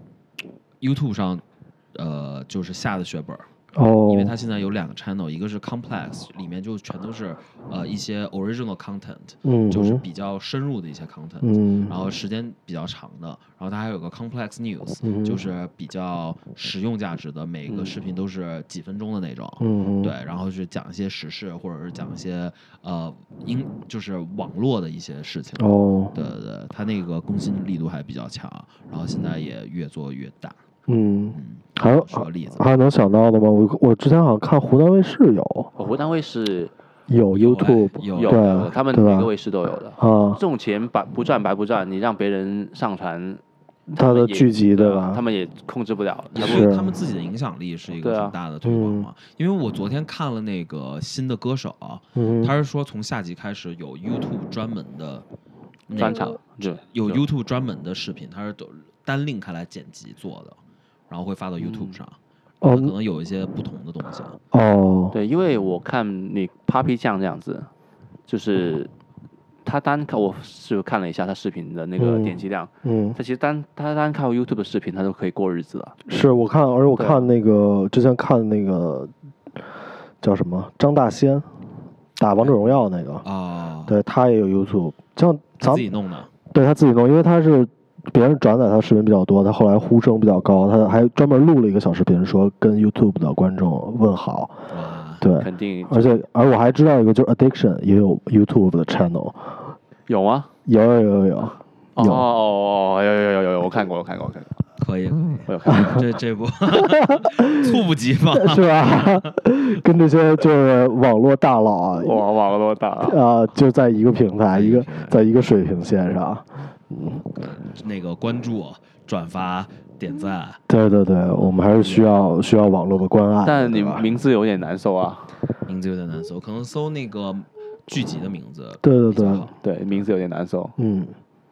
YouTube 上呃就是下的血本。 哦， 因为它现在有两个 channel， 一个是 Complex， 里面就全都是呃一些 original content， 嗯， 就是比较深入的一些 content， 嗯， 然后时间比较长的，然后它还有个 Complex News，、 嗯、 就是比较实用价值的，每个视频都是几分钟的那种， 嗯， 对，然后是讲一些时事或者是讲一些呃英就是网络的一些事情， 哦， 对对对，它那个更新力度还比较强，然后现在也越做越大。 嗯， 嗯， 还有说个例子， 还有能想到的吗？我我之前好像看湖南卫视有， 哦、湖南卫视有 YouTube， 有有对， 他们每个卫视都有的啊。 这种钱白不赚白不赚，你让别人上传他的剧集对吧？ 他们也控制不了， 因为他们自己的影响力是一个很大的推广嘛。 啊、 因为我昨天看了那个新的歌手， 嗯、 他是说从下集开始有 YouTube 专门的、那个、 专场， 有 YouTube 专门的视频，他是单另开来剪辑做的。然后会发到 YouTube 上， 哦， 可能有一些不同的东西。 哦， 对，因为我看你 Papi 酱这样子，就是他单靠我是看了一下他视频的那个点击量， 嗯， 他其实单他单靠 YouTube 的视频，他都可以过日子了。 是我看，而且我看那个之前看那个叫什么张大仙打王者荣耀那个啊， 对他也有 YouTube，像他自己弄的， 对他自己弄，因为他是。别人转载他视频比较多，他后来呼声比较高，他还专门录了一个小视频，说跟 YouTube 的观众问好。对， 肯定。 而且，而我还知道一个，就是 Addiction 也有 YouTube 的 channel。 有吗？ 有有有有有。 哦哦哦，有有有有有，我看过，我看过，我看过。 可以， 我有看过这这部猝不及防， 是吧？跟这些就是网络大佬啊， 哇，网络大佬啊，就在一个平台，一个在一个水平线上。 嗯，那个关注、转发、点赞， 对对对，我们还是需要需要网络的关爱。 但你名字有点难搜啊， 名字有点难搜，可能搜那个剧集的名字。 对对对， 对，名字有点难搜。 嗯。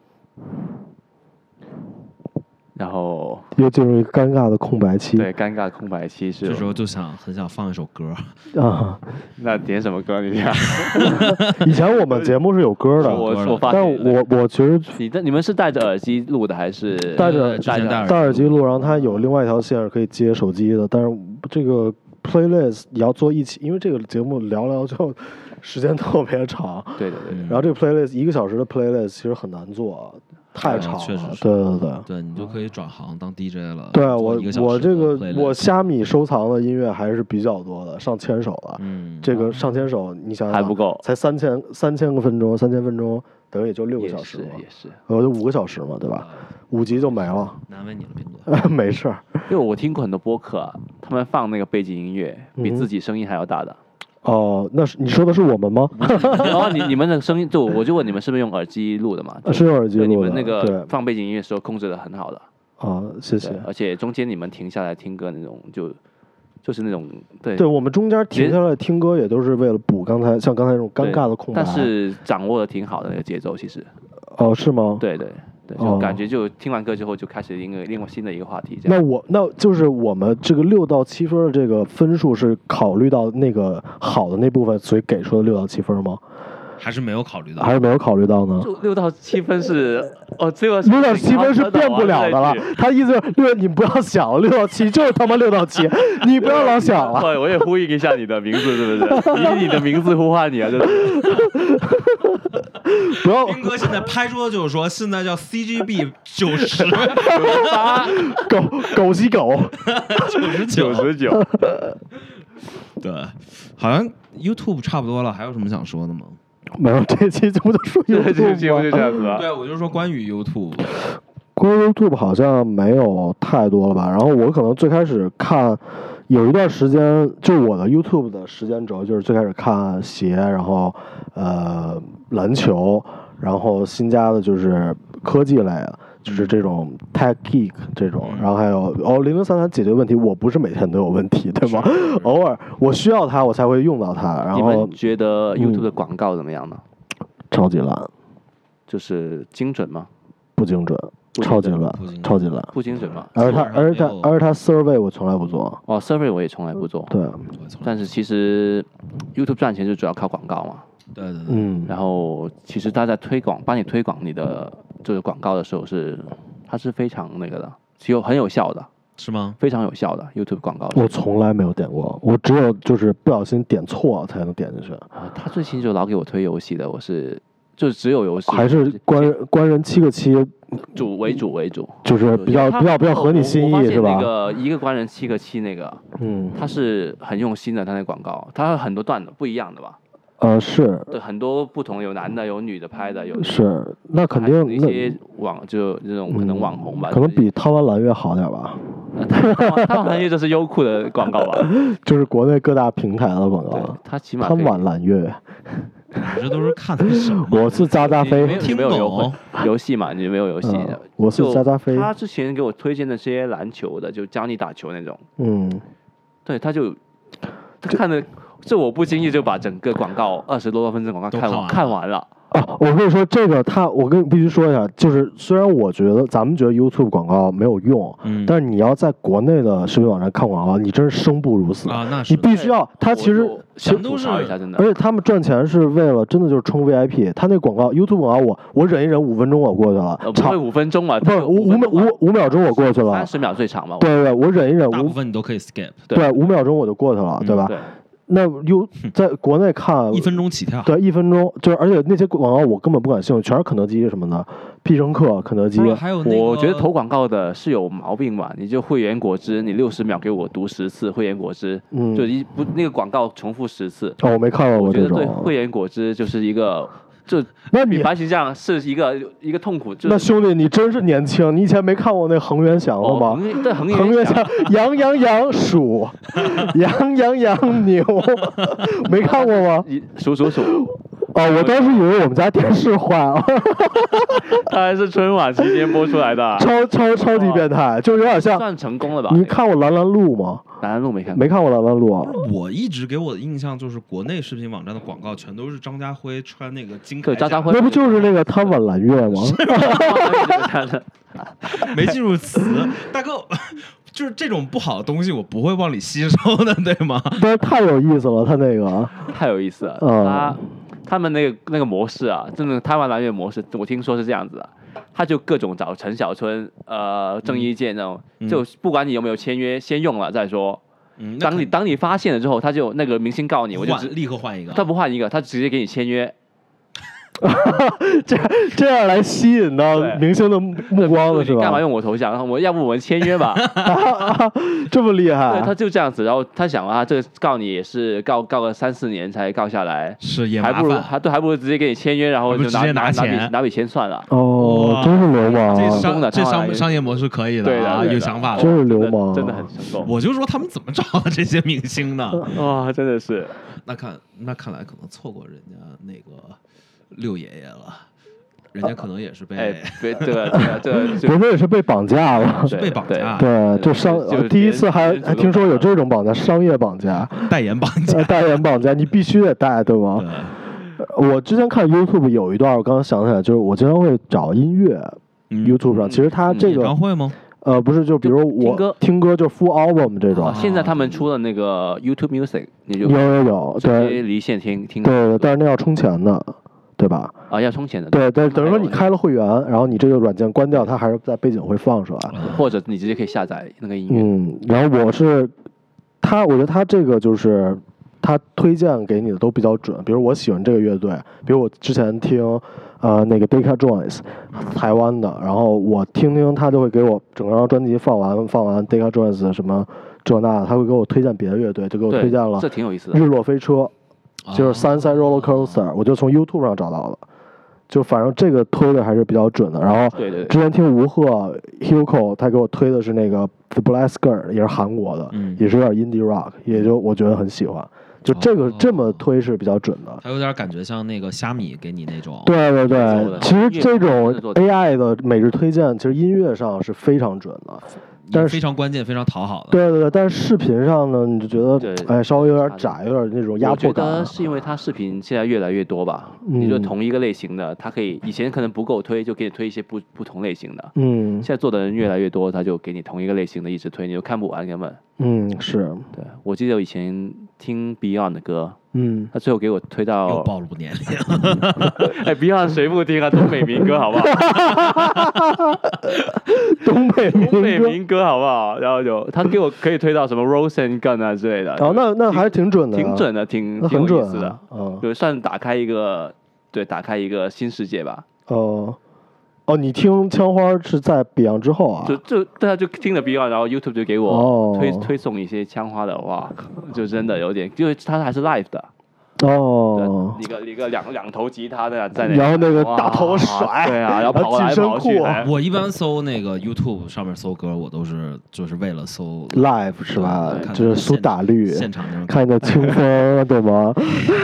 然后又进入一个尴尬的空白期。 对，尴尬的空白期是。 这时候就想很想放一首歌啊。 那点什么歌？你讲。 以前我们节目是有歌的， 我我发但我我其实你的你们是戴着耳机录的还是戴着戴着戴耳机录？然后它有另外一条线是可以接手机的，但是这个 playlist 你要做一期，因为这个节目聊聊就时间特别长。 对对对。 然后这个 playlist 一个小时的 playlist 其实很难做。太长了， 确实对对对， 对你就可以转行当 D J 了。 对我我这个 playlist 我虾米收藏的音乐还是比较多的，上千首了。 嗯， 这个上千首，你想想还不够， 才三千三千个分钟，三千分钟等于也就六个小时嘛， 也是， 呃，就五个小时嘛，对吧？五集就没了。 难为你了，苹果。 没事儿， 因为我听过很多播客、啊，他们放那个背景音乐比自己声音还要大的。 哦，那是你说的是我们吗？ 然后你你们的声音，就我就问你们是不是用耳机录的嘛？ 是用耳机录的。 你们那个放背景音乐的时候控制的很好的。 啊，谢谢。 而且中间你们停下来听歌那种，就就是那种对。 对，我们中间停下来听歌也都是为了补刚才像刚才那种尴尬的空白。 但是掌握的挺好的那个节奏，其实。 哦，是吗？ 对对。对，就感觉就听完歌之后就开始另外另外新的一个话题。 那我那就是我们这个六到七分的这个分数是考虑到那个好的那部分，所以给出了六到七分吗？ 还是没有考虑到？ 还是没有考虑到呢？ 就六到七分是哦，只有六到七分是变不了的了。他意思是六，你不要想了，六到七就是他妈六到七，你不要老想了。 对，我也呼应一下你的名字，是不是？以你的名字呼唤你啊，就是。 不要， 斌哥现在拍桌就是说，现在叫 C G B 九十八，狗狗吸狗， 九十九十九。 对，好像 YouTube 差不多了，还有什么想说的吗？ 没有，这期怎么就说 YouTube 吗？ 这期就这样子啊。 对，我就说关于 YouTube， 关于 YouTube 好像没有太多了吧。然后我可能最开始看。有一段时间，就是我的 YouTube 的时间轴，就是最开始看鞋，然后呃篮球，然后新加的就是科技类的，就是这种 Tech Geek 这种，然后还有哦零零散散解决问题，我不是每天都有问题，对吗？偶尔我需要它，我才会用到它。然后你们觉得 YouTube 的广告怎么样呢？ 嗯、超级烂， 就是精准吗？ 不精准。超级烂，超级烂， 不精准嘛？ 而他，而他，而他 survey 我从来不做。 哦 ，survey 我也从来不做。 对， 但是其实 YouTube 赚钱就主要靠广告嘛。 对对对。 嗯。 然后其实他在推广，帮你推广你的这个广告的时候是，它是非常那个的，有很有效的。 是吗？ 非常有效的 YouTube 广告。 我从来没有点过，我只有就是不小心点错才能点进去。 啊，他最近就老给我推游戏的，我是。就只有游戏， 还是官官人七个七主为主为主， 就是比较比较比较合你心意是吧？ 那个一个官人七个七那个， 嗯， 他是很用心的，他那广告，他很多段的不一样的吧？ 呃，是， 对，很多不同，有男的有女的拍的，有是，那肯定一些网就这种可能网红吧， 可能比贪玩蓝月好点吧。 贪玩蓝月就是优酷的广告吧？ 就是国内各大平台的广告。 他起码贪玩蓝月。 这都是看的什么？ 我是渣渣飞， 听没有游戏嘛？你没有游戏的。 我是渣渣飞。 他之前给我推荐的这些篮球的，就教你打球那种。 嗯， 对，他就他看的，这我不经意就把整个广告二十多分钟广告看完看完了。 啊，我跟你说这个他，我跟你必须说一下，就是虽然我觉得咱们觉得 YouTube 广告没有用， 嗯， 但是你要在国内的视频网站看广告，你真是生不如死啊！那是你必须要，他其实全都是， 而且他们赚钱是为了真的就是冲 V I P， 他那广告 YouTube 广告我我忍一忍五分钟我过去了， 不会五分钟嘛？ 不是五五秒五五秒钟我过去了， 三十秒最长嘛？ 对对，我忍一忍， 大部分你都可以 skip， 对，五秒钟我就过去了，对吧？ 对。 那又在国内看一分钟起跳， 对，一分钟就是，而且那些广告我根本不感兴趣，全是肯德基什么的，必胜客、肯德基。 还有、那个， 我觉得投广告的是有毛病吧？你就会员果汁，你六十秒给我读十次会员果汁， 嗯， 就一不那个广告重复十次。 哦，我没看到过这种。 我觉得对会员果汁就是一个。就那品牌形象是一个一个痛苦。 那兄弟，你真是年轻，你以前没看过那恒源祥了吗？ 哦、对，恒源祥，羊羊羊鼠，羊羊羊牛，没看过吗？ 鼠鼠鼠。 哦，我当时以为我们家电视坏了。 它还是春晚期间播出来的。 超超超级变态，就有点像。 算成功了吧？ 你看过《蓝蓝路》吗？ 蓝蓝路没看过， 没看过《蓝蓝路》啊。 我一直给我的印象就是国内视频网站的广告全都是张家辉穿那个金铠甲， 对，张家辉那不就是那个贪玩蓝月吗？ 没记住词，大哥。就是这种不好的东西，我不会往里吸收的，对吗？ 但是太有意思了，他那个太有意思了。嗯、他他们那个那个模式啊，真的贪玩蓝月模式，我听说是这样子的。他就各种找陈小春、呃郑伊健那种，嗯、就不管你有没有签约，先用了再说。 嗯， 当你当你发现了之后，他就那个明星告你，我就只立刻换一个， 他不换一个，他直接给你签约。 这样这样来吸引到明星的目光了是吧？ 干嘛用我头像？我要不我们签约吧？ 这么厉害？ 对，他就这样子。然后他想啊，这个告你也是告告个三四年才告下来， 是也麻还不如烦， 还对，还不如直接给你签约，然后就拿直接拿拿钱笔拿笔钱算了。 哦，真是流氓啊！ 这商的这他商商业模式可以的， 对的啊， 对的有想法的， 真是流氓， 真的很成功。 我就说他们怎么找的这些明星呢？ 哇，真的是。 那看那看来可能错过人家那个六爷爷了。人家可能也是被， 哎，对，这个这个这个， 人家也是被绑架了， 是被绑架。 对，这商第一次还还听说有这种绑架，商业绑架、 代言绑架、 代言绑架，你必须得带，对吗？ 对。 我之前看 YouTube 有一段，我刚刚想起来，就是我经常会找音乐 YouTube 上，其实它这个演唱会吗？ 呃，不是，就比如我听歌， 听歌就 full album 这种。 现在他们出了那个 YouTube Music， 你就有有有，对， 直接离线听听。 对，但是那要充钱的。对吧？ 啊，要充钱的。 对，但等于说你开了会员，然后你这个软件关掉，它还是在背景会放出来， 或者你直接可以下载那个音乐。 嗯，然后我是他，我觉得他这个就是他推荐给你的都比较准。比如我喜欢这个乐队，比如我之前听呃那个 Deca Joins 台湾的，然后我听听他就会给我整张专辑放完放完 Deca Joins 什么这那，他会给我推荐别的乐队，就给我推荐了这挺有意思的日落飞车。就是 Sunset Roller Coaster， 我就从 YouTube 上找到的，就反正这个推的还是比较准的。然后之前听吴赫 Hugo 他给我推的是那个 The Black Skirt， 也是韩国的， 嗯、 也是有点 Indie Rock， 也就我觉得很喜欢。就这个、哦、这么推是比较准的。 它有点感觉像那个虾米给你那种。 对对对，其实这种 A I 的每日推荐，其实音乐上是非常准的。但是非常关键，非常讨好的。 对对对，但是视频上呢，你就觉得哎，稍微有点窄，有点那种压迫感。 我觉得是因为它视频现在越来越多吧， 嗯、 你就同一个类型的，它可以以前可能不够推，就给你推一些不不同类型的。 嗯， 现在做的人越来越多，他就给你同一个类型的一直推，你就看不完根本。 嗯，是。 对，我记得我以前听 Beyond 的歌。 嗯， 他最后给我推到又暴露年龄。 哎 ，Beyond 谁不听啊？东北民歌好不好？ 东北民歌， 东北民歌好不好？然后就他给我可以推到什么 Rose and Gun 啊之类的。 哦，那那还是挺准的、啊， 挺准的，挺挺有意思的。 嗯， 就算打开一个，对，打开一个新世界吧。 哦。哦，你听枪花是在 Beyond 之后啊？ 就就对啊，就听了 Beyond， 然后 YouTube 就给我推、哦、推送一些枪花的，哇，就真的有点，因为它还是 live 的。 哦。 一个一个两两头吉他的在那， 然后那个大头甩， 对啊，然后跑来跑去。 我一般搜那个 YouTube 上面搜歌，我都是就是为了搜 live 是吧？就是苏打绿现场那种， 看你的清风，对吗？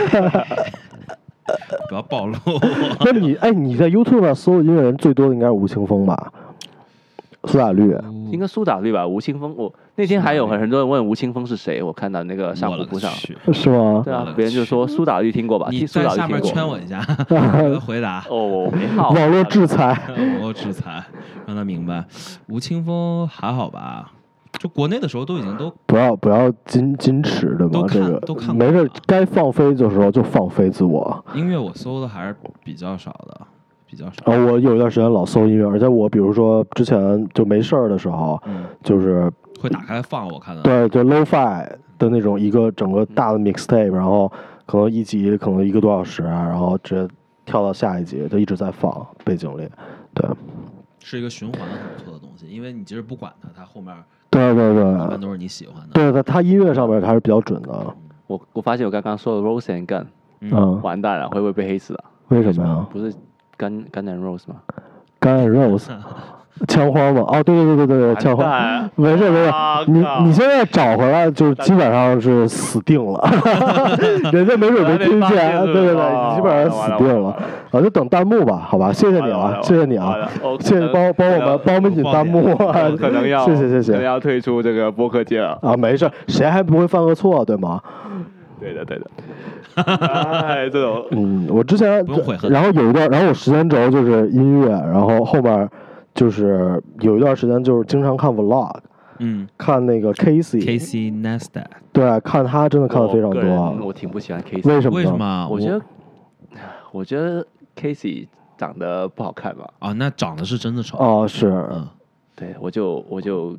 不要暴露。 那你哎，你在 YouTube 上搜的音乐人最多的应该是吴青峰吧？苏打绿， 应该苏打绿吧？吴青峰，我那天还有很多人问吴青峰是谁，我看到那个上虎扑上， 是吗？ 对啊，别人就说苏打绿听过吧？ 你在下面圈我一下，回答。 哦，我没好。 网络制裁， 网络制裁，让他明白。吴青峰还好吧？就国内的时候都已经都不要不要矜矜持对吗？ 都看、 这个都看没事，该放飞的时候就放飞自我。 音乐我搜的还是比较少的，比较少。 啊，我有一段时间老搜音乐，而且我比如说之前就没事儿的时候， 嗯， 就是会打开放，我看到。 对，就 lo-fi 的那种一个整个大的 mixtape，、嗯、然后可能一集可能一个多小时，然后直接跳到下一集，就一直在放背景里，对。 是一个循环很不错的东西，因为你其实不管它，它后面。 对对对， 一般都是你喜欢的。 对对，他音乐上面还是比较准的。 我我发现我刚刚说的 Rose and Gun， 嗯， 完蛋了，会不会被黑死啊？ 为什么呀？ 不是 Gun Gun and Rose 吗 ？Gun and Rose， 枪花吗？哦，对对对对对，枪花。没事没事，你你现在找回来就基本上是死定了，人家没准没听见，对对对，你基本上死定了。啊，就等弹幕吧，好吧，谢谢你啊，谢谢你啊，谢谢帮帮我们帮我们引弹幕， 可能要谢谢谢谢， 可能要退出这个播客界了啊，没事，谁还不会犯个错，对吗？ 对的对的，哎，这种， 嗯，我之前不用悔恨， 然后有一段，然后我时间轴就是音乐，然后后面就是有一段时间就是经常看 vlog。 嗯， 看那个 Casey Casey Neistat， 对，看他真的看的非常多。 我, 我挺不喜欢 Casey， 为什么？ 为什么？ 我觉得，我觉得 Casey 长得不好看吧？ 啊，那长得是真的丑。 哦，是， 嗯， 对，我就我就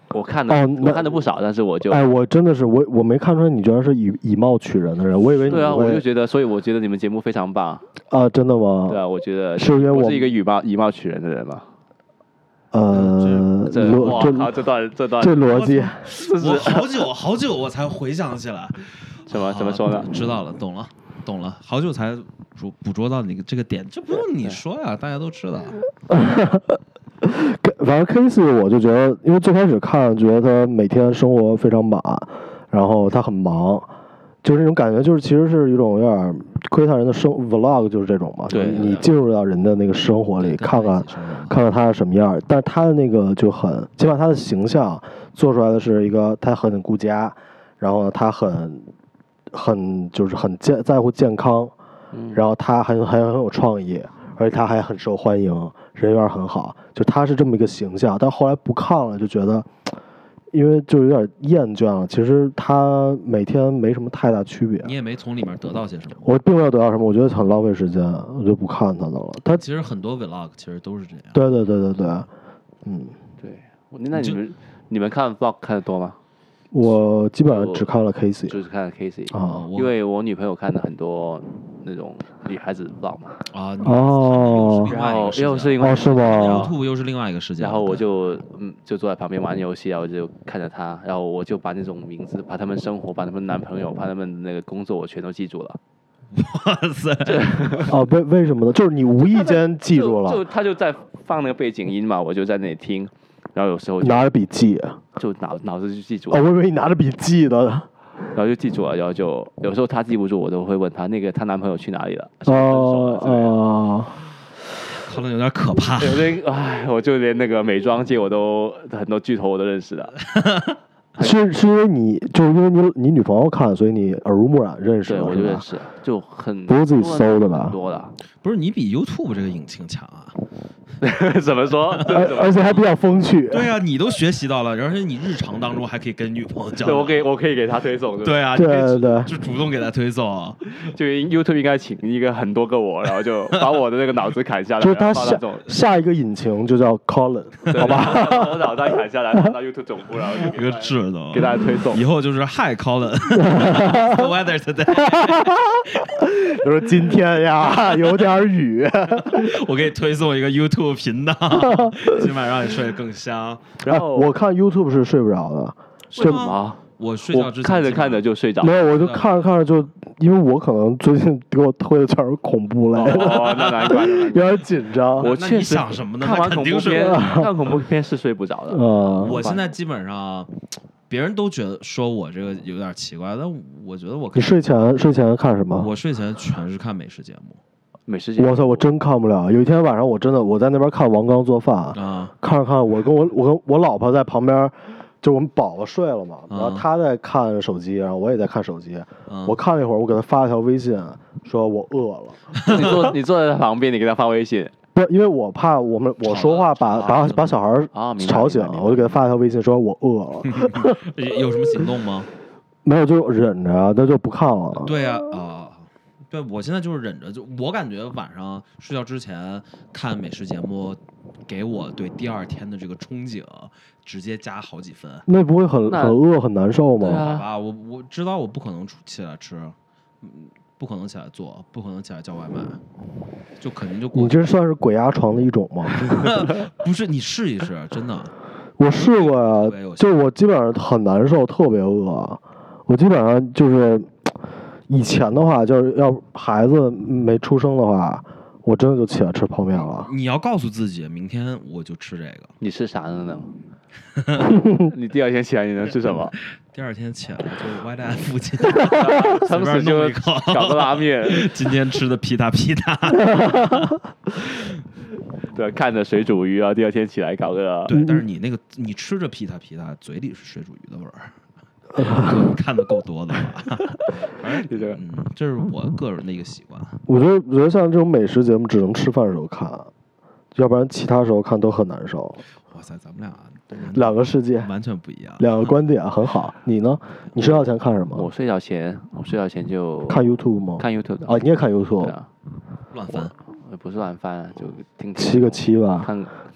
我看的、 哦我看的不少，但是我就哎，我真的是我我没看出来你居然是以以貌取人的人，我以为你对啊， 会我就觉得，所以我觉得你们节目非常棒。 啊，真的吗？ 对啊，我觉得是因为我我是一个以貌以貌取人的人嘛。 呃， 这逻这哇靠，这段这段这逻辑， 我好久好久我才回想起来， 怎么怎么说呢啊？知道了，懂了，懂了，好久才捕捕捉到你这个点，这不用你说呀，大家都知道。 反正 K C 我就觉得，因为最开始看觉得他每天生活非常满，然后他很忙，就是那种感觉，就是其实是一种有点窥探人的生 vlog， 就是这种嘛， 对就是你进入到人的那个生活里，看看看看他是什么样，但是他的那个就很，起码他的形象做出来的是一个他很顾家，然后呢他很很就是很健在乎健康，然后他很很很有创意，而且他还很受欢迎，人缘很好，就他是这么一个形象。但后来不看了，就觉得，因为就有点厌倦了。其实他每天没什么太大区别。 你也没从里面得到些什么。 我并没有得到什么，我觉得很浪费时间，我就不看他的了。他其实很多 vlog 其实都是这样。 对对对对对，嗯， 对，那你们你们看 vlog 看的多吗？ 我基本上只看了 K C， 就是看了 K C 啊， 因为我女朋友看了很多那种女孩子 vlog 嘛。 啊， 哦， 然后又是因为哦是吗 ？YouTube 又是另外一个世界。 然后我就嗯就坐在旁边玩游戏啊，我就看着她，然后我就把那种名字、把他们生活、把他们男朋友、把他们那个工作，我全都记住了。 哇塞！ 哦，为为什么呢？就是你无意间记住了， 就他就在放那个背景音嘛，我就在那里听。然后有时候拿着笔记， 就脑脑子就记住了。 哦，我以为你拿着笔记的。 然后就记住了，然后就有时候她记不住，我都会问她那个她男朋友去哪里了。 哦哦， 可能有点可怕。 有点唉，我就连那个美妆界我都很多巨头我都认识的。 是是因为你就是因为你你女朋友看，所以你耳濡目染认识对， 了， 我就认识，就很不是自己搜的吧？ 很多的， 不是你比 YouTube 这个引擎强啊？ 怎么说？ 而而且还比较风趣。 对啊，你都学习到了，而且你日常当中还可以跟女朋友交对， 流。 我可以我可以给她推送。 对啊， 对对对， 就主动给她推送。 就 YouTube 应该请一个很多个我，然后就把我的那个脑子砍下来， 就是他下种下一个引擎就叫 Colin， 好吧？ 我脑袋砍下来放到 YouTube 总部，然后就一个智能给大家推送。 以后就是 Hi Colin，The weather today。 就说今天呀有点雨， 我给你推送一个 YouTube 频道，今晚让你睡得更香。 然后我看 YouTube 是睡不着的， 是吗？ 我睡觉之前看着看着就睡着。 没有，我就看着看着就，因为我可能最近给我推的全是恐怖类的， 哦，那难怪， 有点紧张。 我确实想什么呢？ 看完恐怖片，看恐怖片是睡不着的。 嗯， 我现在基本上，别人都觉得说我这个有点奇怪，但我觉得我你睡前睡前看什么？ 我睡前全是看美食节目。 美食节目， 我操，我真看不了。有一天晚上，我真的我在那边看王刚做饭啊， 看着看着，我跟我我跟我老婆在旁边。就我们宝宝睡了嘛，然后他在看手机，然后我也在看手机。 嗯、 我看了一会儿，我给他发了条微信，说我饿了。 你坐你坐在他旁边，你给他发微信？ 不是，因为我怕我们我说话把把把小孩吵醒，我就给他发了条微信，说我饿了。 有什么行动吗？ 没有，就忍着，那就不看了。 对呀，啊。呃对，我现在就是忍着，就我感觉晚上睡觉之前看美食节目，给我对第二天的这个憧憬直接加好几分。 那不会很很饿很难受吗？ 好吧，我我知道我不可能起来吃，嗯，不可能起来做，不可能起来叫外卖，就肯定就过。 你这算是鬼压床的一种吗？ 不是，你试一试，真的。 我试过呀，就我基本上很难受，特别饿。我基本上就是。以前的话，就是要孩子没出生的话，我真的就起来吃泡面了。 你要告诉自己，明天我就吃这个。 你吃啥呢？你第二天起来你能吃什么？ 第二天起来就歪蛋附近， 撑死就搞个拉面。 今天吃的皮塔皮塔。 对，看着水煮鱼啊，第二天起来搞个。 对，但是你那个你吃着皮塔皮塔，嘴里是水煮鱼的味儿。看的够多的吧？哎，这个，嗯，这是我个人的一个习惯。 我觉得，我觉得像这种美食节目，只能吃饭的时候看，要不然其他时候看都很难受。 哇塞，咱们俩两个世界， 完全不一样， 两个观点很好。你呢？你睡觉前看什么？ 我睡觉前，我睡觉前就看 YouTube 吗？ 看 YouTube 的。 哦，你也看 YouTube？ 对啊， 乱翻。 不是乱翻，就听七个七吧。 看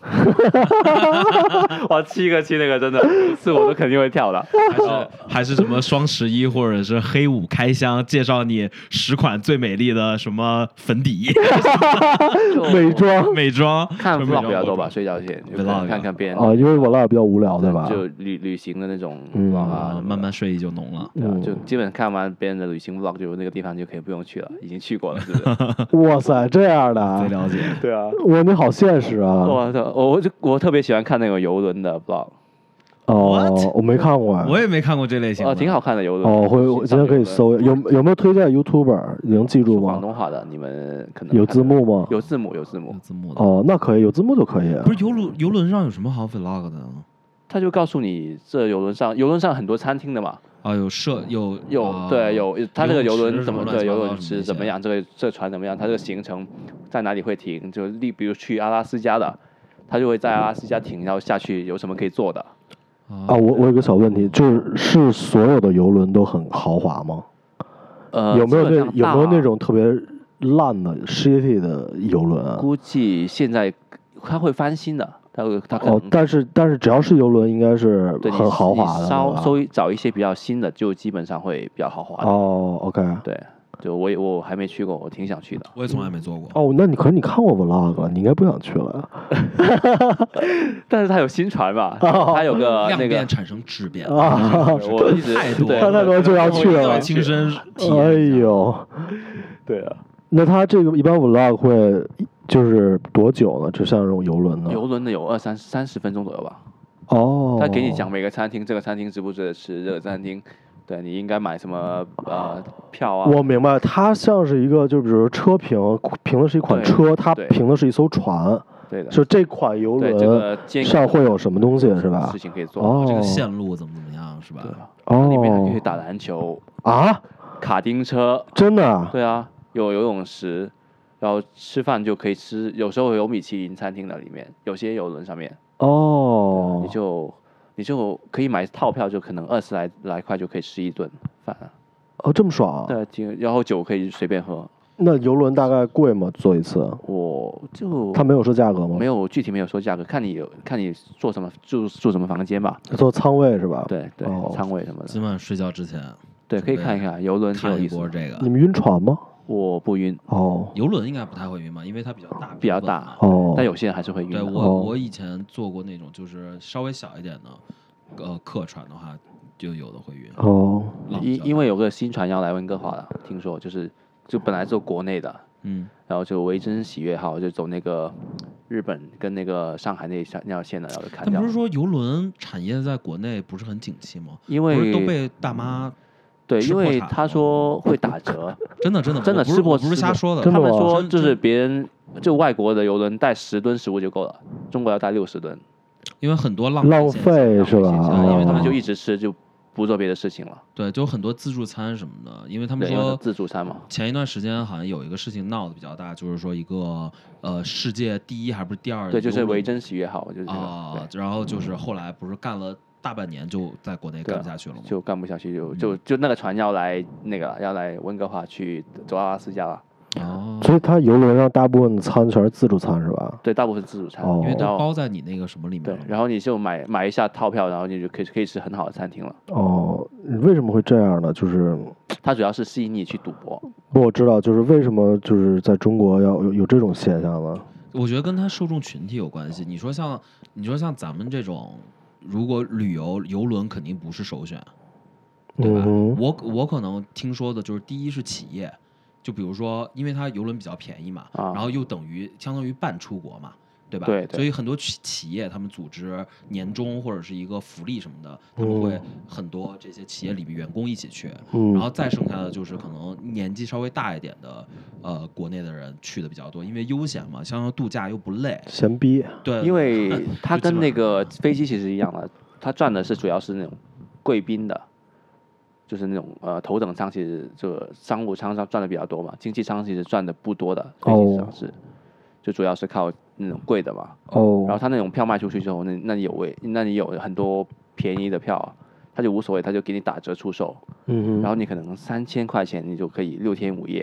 哇，七个七那个真的是我都肯定会跳的。 还是还是什么双十一或者是黑五开箱，介绍你十款最美丽的什么粉底、 美妆美妆， 看美妆 vlog 比较多吧，睡觉前就 vlog 看看别人啊，因为我那比较无聊，对吧？ 就旅旅行的那种嗯 vlog 啊啊，， 慢慢睡意就浓了。 对啊， 嗯就基本看完别人的旅行 vlog，就那个地方就可以不用去了，已经去过了，是不是？ 哇塞，这样的啊贼，了解。 对啊， 哇，你好现实啊！ 我我我就我特别喜欢看那个游轮的 vlog， 哦 What？， 我没看过哎。 我也没看过这类型的， 哦，挺好看的游轮。 哦，会，我今天可以搜，有有没有推荐 YouTuber？已经记住广吗？ 东话的，你们可能有看得字幕吗？ 有字幕，有字幕有。字幕的。 哦，那可以，有字幕就可以。 不是游轮游轮上有什么好 vlog 的呢？ 他就告诉你，这游轮上游轮上很多餐厅的嘛， 啊，有摄有有、 啊对有，他这个游游泳轮怎么对池什么乱七八游泳池糟什么那些怎么样，这个这个船怎么样，它这个行程在哪里会停，就例比如去阿拉斯加的，他就会在阿拉斯加停，然后下去有什么可以做的。 啊，我我有个小问题，就是是所有的游轮都很豪华吗？ 呃， 有没有那基本上有没有大那种特别烂的 shitty 的游轮啊？ 估计现在它会翻新的，它会它可能、 哦，但是但是只要是游轮，应该是对你很豪华的， 你稍对吧稍微找一些比较新的，就基本上会比较豪华的。 哦，OK。 对，就我也我还没去过，我挺想去的。 我也从来没做过。 哦，那你可是你看过 vlog 了，你应该不想去了。 但是它有新船嘛，它有个量那个变产生质变啊我一直太多对看太多就要去了我一定要亲身体验。 哎，呦， 对啊， 那他这个一般 vlog 会就是多久呢？就像这种游轮呢？ 游轮的有二三三十分钟左右吧。 哦， 他给你讲每个餐厅，这个餐厅值不值得吃，这个餐厅，对你应该买什么呃票啊。 我明白，它像是一个，就比如说车评，评的是一款对车，它对评的是一艘船， 对的， 就这款游对这轮个监上会有什么东西是吧事？情可以做。 哦， 这个线路怎么怎么样是吧？ 对啊， 哦， 里面还可以打篮球、 啊， 卡丁车， 真的啊？ 对啊，有游泳池，然后吃饭就可以吃，有时候有米其林餐厅的里面，有些游轮上面， 哦你，就你就可以买套票，就可能二十来来块就可以吃一顿饭啊。 哦，这么爽啊？ 对，挺然后酒可以随便喝。 那游轮大概贵吗？坐一次？ 我就他没有说价格吗？ 没有具体没有说价格，看你有看你坐什么住住什么房间吧。 坐舱位是吧？ 对对， 哦舱位什么的， 今晚睡觉之前对，可以看一看游轮挺看一有意思的。 波这个你们晕船吗？ 我不晕， 哦游轮应该不太会晕嘛，因为它比较大， 比较大稳嘛哦， 但有些人还是会晕的。 对我、 哦我以前坐过那种就是稍微小一点的，呃，客船的话，就有的会晕。 哦， 浪比较大因因为有个新船要来温哥华了，听说就是就本来做国内的， 嗯， 然后就维珍喜悦号就走那个日本跟那个上海那条那条线的，然后就砍掉了。 但不是说游轮产业在国内不是很景气吗？ 因不是都为被大妈对，因吃破产了为他说会打折， 真的真的真的我不是吃破我不是吃破瞎说的， 真的吗他们说真就是真别人就外国的游轮带十吨食物就够了，中国要带六十吨， 因为很多浪浪现象费是吧？ 浪费现象因为他们就哦一直吃就不做别的事情了。 对，就很多自助餐什么的，因为他们对，因为说自助餐嘛。 前一段时间好像有一个事情闹得比较大，就是说一个呃世界第一还不是第二的对，就是游轮维珍喜悦号，就是这个， 啊、 对， 然后就是后来不是干了大半年就在国内对啊干不下去了吗？ 就干不下去，就嗯就就那个船要来那个了要来温哥华去走阿拉斯加了。 哦， 所以它游轮上大部分的餐全是自助餐是吧？ 对，大部分是自助餐， 哦因为都然后包在你那个什么里面对了，嘛。 然后你就买买一下套票，然后你就可以可以吃很好的餐厅了。 哦，为什么会这样呢？就是它主要是吸引你去赌博， 不我知道，就是为什么就是在中国要有有这种现象呢？ 我觉得跟他受众群体有关系。你说像你说像咱们这种，如果旅游游轮肯定不是首选，对吧？ 嗯哼我我可能听说的就是第一是企业，就比如说因为它游轮比较便宜嘛， 啊然后又等于相当于半出国嘛。对吧？ 对对所以很多企企业他们组织年终或者是一个福利什么的，他们会很多这些企业里面员工一起去， 嗯然后再剩下的就是可能年纪稍微大一点的，呃，国内的人去的比较多，因为悠闲嘛，像度假又不累。 闲逼， 对， 因为它跟那就基本个飞机其实一样的，它赚的是主要是那种贵宾的，就是那种呃头等舱，其实这个商务舱上赚的比较多嘛，经济舱其实赚的不多的，飞机上是，就主要是靠那种贵的嘛。 哦， 然后他那种票卖出去之后，那那你有位，那你有很多便宜的票，他就无所谓，他就给你打折出售， 嗯哼， 然后你可能三千块钱你就可以六天五夜，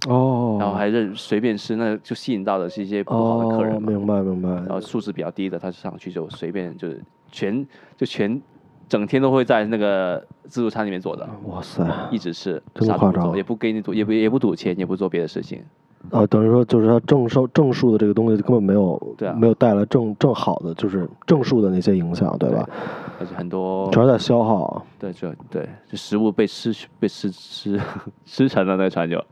哦， 然后还认随便吃，那就吸引到的是一些不好的客人哦， 嘛。 明白明白。 然后素质比较低的，他就上去就随便就是全就全整天都会在那个自助餐里面坐的， 哇塞， 一直吃， 真夸张啥都不做，也不给你赌，也不也不赌钱，也不做别的事情。 啊，等于说就是它正数正数的这个东西根本没有， 对啊没有带来正正好的就是正数的那些影响，对吧？ 而且很多全是在消耗。 对，就对，就食物被吃被吃吃吃成了那个船就。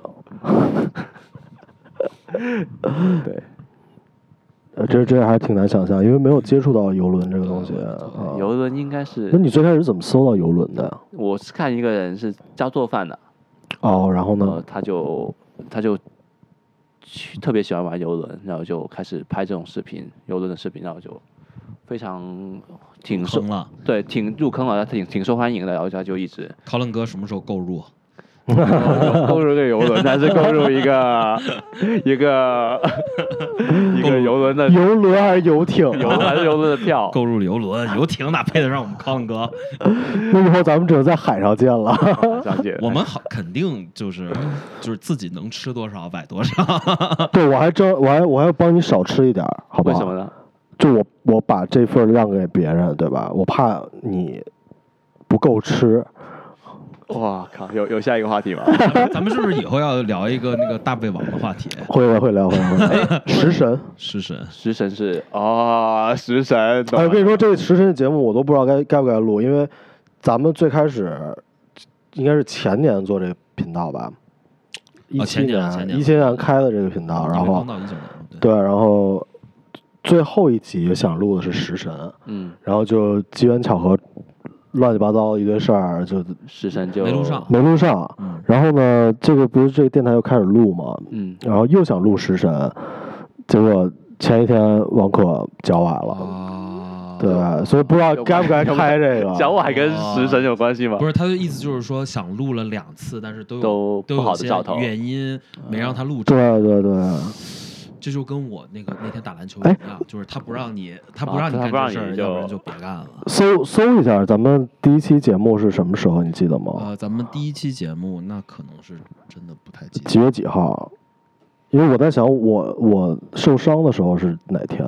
对， 呃，这这还挺难想象，因为没有接触到游轮这个东西啊。 游轮应该是。 那你最开始怎么搜到游轮的呀？ 我是看一个人是教做饭的。 哦，然后呢？ 呃，他就他就去特别喜欢玩游轮，然后就开始拍这种视频，游轮的视频，然后就非常挺受了， 对，挺入坑了，他挺挺受欢迎的，然后他就一直。 考冷哥什么时候购入？ 购入个游轮，还是购入一个一个一个游轮的游轮还是游艇？ 游轮还是游轮的票？ 购入游轮，游艇哪配得上我们考冷哥？ 那以后咱们只能在海上见了。 上见。 我们好肯定就是就是自己能吃多少崴多少。 对，我还真我还我还要帮你少吃一点，好不好？ 为什么呢？ 就我我把这份让给别人，对吧？我怕你不够吃。 哇靠！有有下一个话题吗？ 咱们咱们是不是以后要聊一个那个大胃王的话题？ 会聊会聊会聊。哎，食神， 食神， 食神是哦，食神。 哎，我跟你说，这个食神的节目我都不知道该该不该录，因为咱们最开始应该是前年做这个频道吧，一七年一七年开的这个频道，然后对，然后最后一集想录的是食神， 嗯， 然后就机缘巧合。乱七八糟一堆事儿，就食神就没录上， 没录上。 嗯、 然后呢，这个不是这个电台又开始录嘛， 嗯， 然后又想录食神，结果前一天网可脚崴了， 哦、 对，所以不知道该不该开这个。 脚崴跟食神有关系吗？ 不是，他的意思就是说想录了两次，但是都有都都不好的兆头， 原因没让他录。 对对对。 这就跟我那个那天打篮球一样，就是他不让你，他不让你干这事儿，要不然就别干了。 搜搜一下，咱们第一期节目是什么时候？你记得吗？ 呃，咱们第一期节目那可能是真的不太记得。 几月几号？因为我在想我，我我受伤的时候是哪天？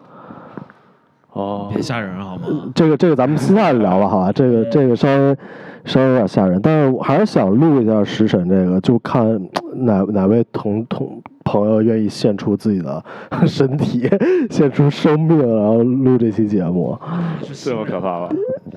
哦，别吓人好吗？ 这个这个咱们私下里聊了哈，这个这个稍微稍微有点吓人，但是我还是想录一下食神这个，就看哪哪位同同。朋友愿意献出自己的身体，献出生命，然后录这期节目， 这么可怕吗？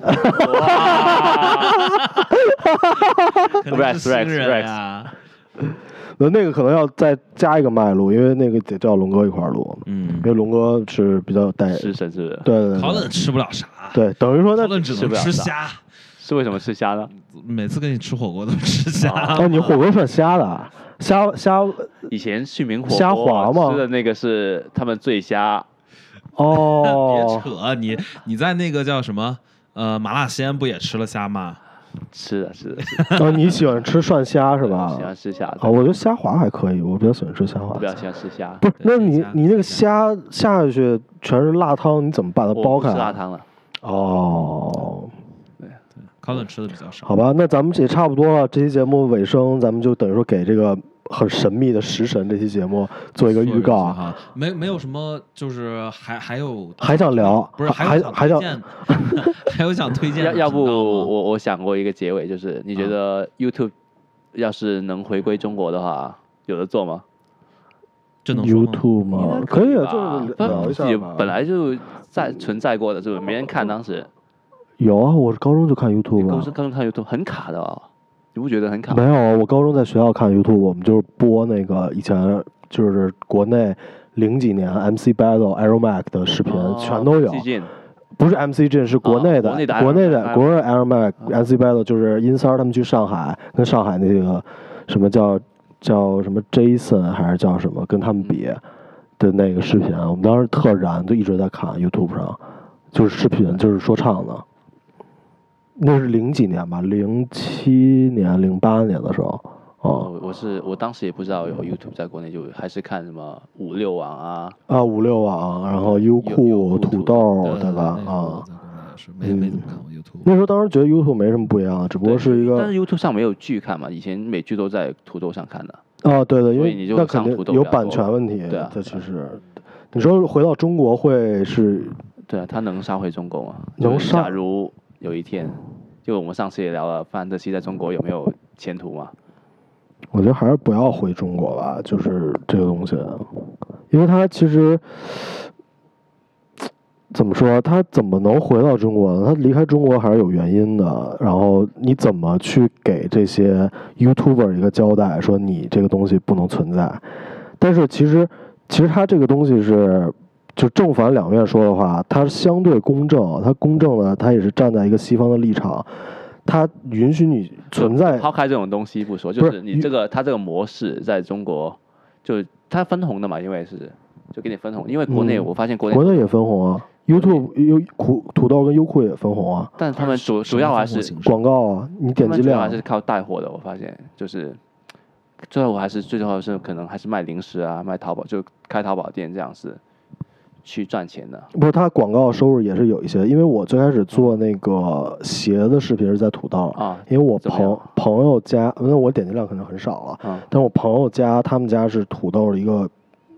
可能是新人呀。 那那个可能要再加一个麦录，因为那个得叫龙哥一块录。嗯，因为龙哥是比较带食神，是不是？ 对对对。 考冷吃不了啥。 对，等于说那考冷只能吃虾。 是为什么吃虾呢？ 每次跟你吃火锅都吃虾。 哦，你火锅涮虾的。虾虾， 以前去明火锅虾滑吗？ 吃的那个是他们醉虾。 哦， 别扯，你你在那个叫什么呃麻辣鲜不也吃了虾吗？ 吃的，是的。 哦，你喜欢吃涮虾是吧？ 喜欢吃虾。 哦，我觉得虾滑还可以，我比较喜欢吃虾滑。 我比较喜欢吃虾。 不是，那你你那个虾下去全是辣汤，你怎么把它剥开？ 我不吃辣汤了。 哦。 考冷吃的比较少。 好吧，那咱们也差不多了。这期节目尾声，咱们就等于说给这个很神秘的食神这期节目做一个预告啊。没没有什么，就是还还有还想聊， 不是还还想还有想推荐。 要要不我我想过一个结尾，就是你觉得 YouTube 要是能回归中国的话，有的做吗？ 这能 YouTube 吗？可以啊，就是聊一下嘛。本来就在存在过的，是不是？没人看当时。 有啊，我高中就看 YouTube 高中高中看 YouTube 很卡的啊，你不觉得很卡？ 没有，我高中在学校看 YouTube， 我们就是播那个以前就是国内零几年 M C Battle、Aero Mac 的视频， 哦、 全都有。不是 M C Jin， 是国内的， 哦、国内的国内的国内 Aero Mac、M C Battle， 就是殷三他们去上海，跟上海那个什么叫叫什么 Jason 还是叫什么，跟他们比的那个视频，我们当时特燃，就一直在看 YouTube 上，就是视频，就是说唱的。那是零几年吧，零七年、零八年的时候。哦， 我是我当时也不知道有 YouTube 在国内，就还是看什么五六网啊， 啊五六网，然后优酷、土豆，对吧？啊， 是没没怎么看过 YouTube。 那时候当时觉得 YouTube 没什么不一样，只不过是一个。 但是 YouTube 上没有剧看嘛，以前美剧都在土豆上看的。 哦，对的，因所以你就为那肯定上土豆有版比较多权问题。 对啊这其实，你说回到中国会是对啊，他能杀回中国吗？就是能杀假如有一天，就我们上次也聊了，范特西在中国有没有前途嘛？ 我觉得还是不要回中国吧，就是这个东西，因为它其实怎么说，它怎么能回到中国呢？它离开中国还是有原因的。然后你怎么去给这些 YouTuber 一个交代，说你这个东西不能存在？但是其实，其实它这个东西是就正反两面说的话，它相对公正，它公正的，它也是站在一个西方的立场。它允许你存在， 抛开这种东西不说，就是你这个它这个模式在中国，就它分红的嘛，因为是就给你分红，因为国内、 嗯、 我发现国内国内也分红啊 ，YouTube 优酷土豆跟优酷也分红啊， 但他们主主要还是广告啊，你点击量还是靠带货的，我发现就是最后还是最后是可能还是卖零食啊，卖淘宝就开淘宝店这样是。去赚钱的， 不是，他广告收入也是有一些，因为我最开始做那个鞋的视频是在土豆啊， 因为我朋朋友家，那我点击量可能很少了， 啊、 但我朋友家他们家是土豆的一个，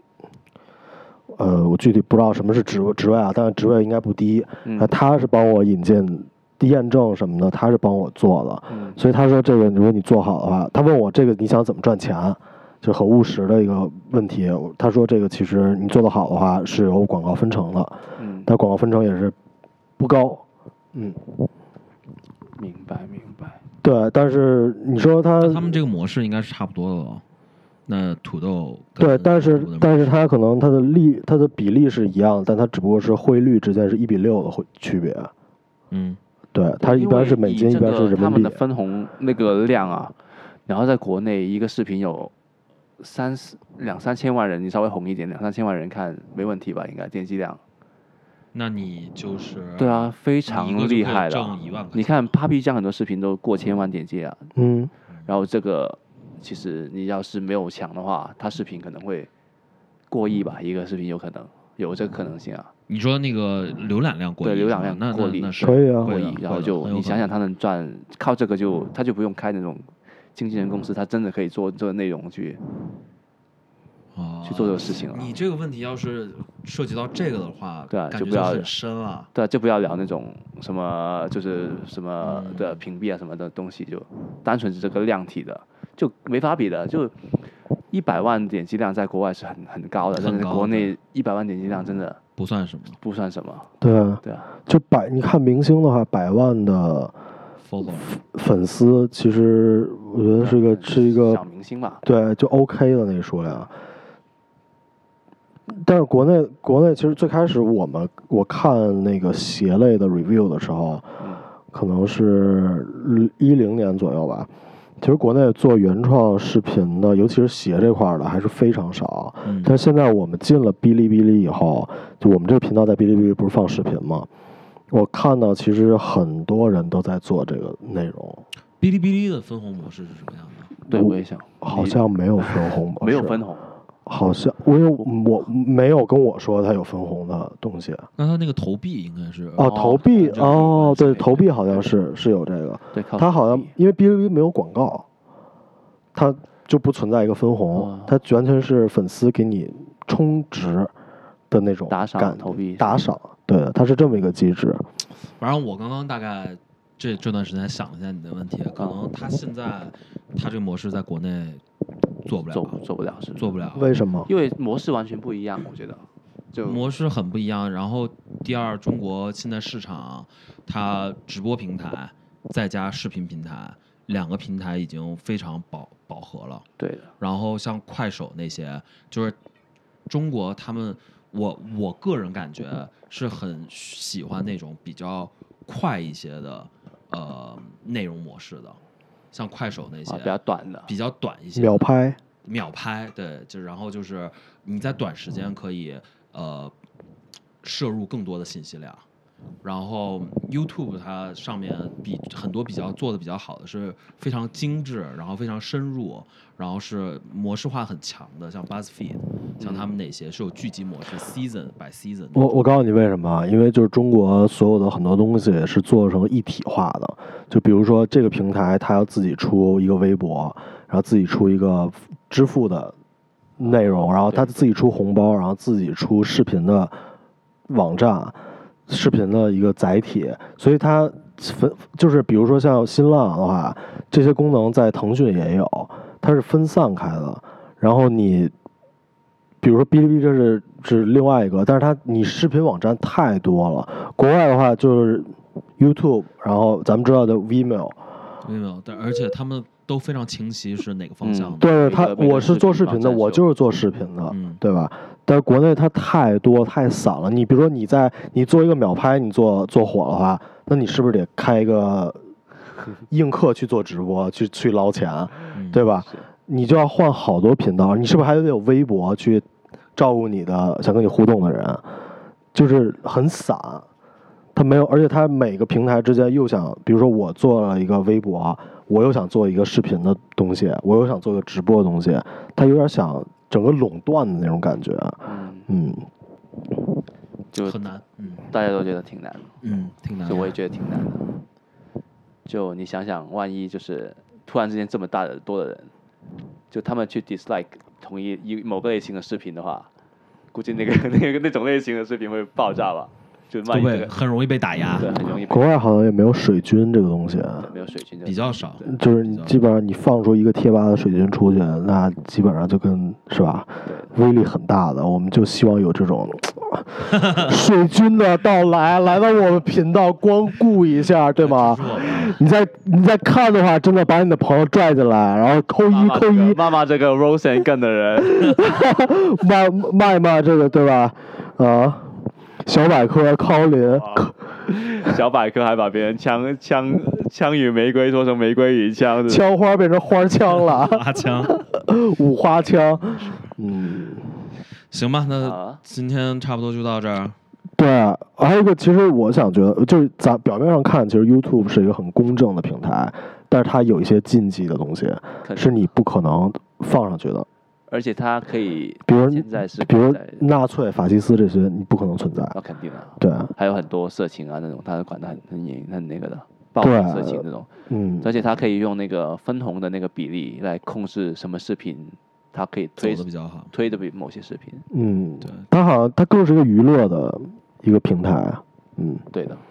呃，我具体不知道什么是职位职位啊，但是职位应该不低， 嗯、 他是帮我引进验证什么的，他是帮我做的， 嗯、 所以他说这个如果你做好的话，他问我这个你想怎么赚钱？就很务实的一个问题，他说这个其实你做得好的话是有广告分成的， 嗯， 但广告分成也是不高，嗯， 明白明白。 对，但是你说他他们这个模式应该是差不多的了。那土豆对，但是但是它可能它的利它的比例是一样，但它只不过是汇率之间是一比六的汇区别， 嗯， 对，它一般是美金，一般是人民币。 他们的分红那个量啊，然后在国内一个视频有。三四两三千万人，你稍微红一点，两三千万人看没问题吧？应该点击量。 那你就是对啊，非常厉害的。你看 Papi 酱很多视频都过千万点击啊。 嗯。 然后这个其实你要是没有强的话，他视频可能会过亿吧，一个视频有可能有这个可能性啊。 你说那个浏览量过亿， 对，浏览量那过亿那是可以啊， 过亿，然后就你想想他能赚，靠这个就他就不用开那种。经纪人公司，他真的可以做这个内容去， 哦， 去做这个事情了。 你这个问题要是涉及到这个的话， 对啊， 就不要很深了。 对啊，就不要聊那种什么就是什么的屏蔽啊什么的东西，就单纯是这个量体的，就没法比的。就一百万点击量在国外是很很高的，但是国内一百万点击量真的不算什么， 不算什么。 对啊， 对啊， 就百你看明星的话，百万的。粉丝其实我觉得是一个是一个小明星吧， 对，就 OK 的那个数量。但是国内国内其实最开始我们我看那个鞋类的 review 的时候， 嗯、 可能是一零年左右吧。其实国内做原创视频的，尤其是鞋这块的，还是非常少。 嗯、 但现在我们进了哔哩哔哩以后，就我们这个频道在哔哩哔哩不是放视频吗？我看到其实很多人都在做这个内容。 哔哩哔哩的分红模式是什么样的？ 对，我也想， 好像没有分红模式， 没有分红， 好像我有我没有跟我说他有分红的东西。 那他那个投币应该是哦，投币哦，对，投币好像是是有这个。 对， 他好像因为哔哩哔哩没有广告，他就不存在一个分红，它完全是粉丝给你充值的那种打赏投币打赏。对，它是这么一个机制。 反正我刚刚大概这这段时间想了一下你的问题，可能他现在他这个模式在国内做不了， 做做不了是做不了。 为什么？ 因为模式完全不一样，我觉得。就模式很不一样。然后第二，中国现在市场，它直播平台再加视频平台，两个平台已经非常饱饱和了。 对的。 然后像快手那些，就是中国他们。我我个人感觉是很喜欢那种比较快一些的呃内容模式的，像快手那些、 啊、比较短的， 比较短一些秒拍， 秒拍，对，就然后就是你在短时间可以呃摄入更多的信息量。然后 YouTube 它上面比很多比较做的比较好的是非常精致，然后非常深入，然后是模式化很强的，像 BuzzFeed， 像他们哪些是有剧集模式 ，season by season。 我我告诉你为什么？因为就是中国所有的很多东西是做成一体化的，就比如说这个平台它要自己出一个微博， 然后自己出一个支付的内容，然后他自己出红包，然后自己出视频的网站、视频的一个载体，所以它分就是比如说像新浪的话，这些功能在腾讯也有，它是分散开的。然后你比如说哔哩哔哩这是是另外一个，但是它你视频网站太多了。国外的话就是 YouTube， 然后咱们知道的 Vimeo。Vimeo， 但而且他们都非常清晰是哪个方向的。 嗯、对，他我是做视频的，我就是做视频的， 嗯、 对吧？但是国内它太多太散了。你比如说你在你做一个秒拍，你做做火的话，那你是不是得开一个映客去做直播，去去捞钱， 嗯、 对吧？你就要换好多频道，你是不是还得有微博去照顾你的想跟你互动的人？就是很散，它没有，而且它每个平台之间又想，比如说我做了一个微博，我又想做一个视频的东西，我又想做一个直播的东西，它有点想整个垄断的那种感觉。嗯， 就很难，嗯， 大家都觉得挺难的， 嗯，挺难的， 就我也觉得挺难的。就你想想，万一就是突然之间这么大的多的人，就他们去 dislike 同一一某个类型的视频的话，估计那个那个那种类型的视频会爆炸吧。就万一、这个、 很容易被打压， 对，很容易被。 国外好像也没有水军这个东西， 没有水军， 比较少。 就是你基本上你放出一个贴吧的水军出去，那基本上就跟是吧，威力很大的。我们就希望有这种水军的到来，来到我们频道光顾一下，对吗？你在你在看的话，真的把你的朋友拽进来，然后扣一扣一， 骂骂这个 Rose and Gun 的人， 骂骂一骂这个，对吧？啊。小百科 Colin， 小百科还把别人枪枪枪与玫瑰说成玫瑰与枪， 枪花变成花枪了， 花枪， 五花枪。嗯， 行吧，那今天差不多就到这儿。 对，还有一个，其实我想觉得，就是咱表面上看，其实 YouTube 是一个很公正的平台，但是它有一些禁忌的东西，是你不可能放上去的。 而且它可以， 比如现在是比如纳粹、法西斯这些，你不可能存在。 那肯定的。 对， 还有很多色情啊那种，它管得很很严、很那个的，暴力色情那种。 嗯。 而且它可以用那个分红的那个比例来控制什么视频，它可以推的比较好， 推的比某些视频。 嗯，对。它好像它更是一个娱乐的一个平台。嗯， 对的。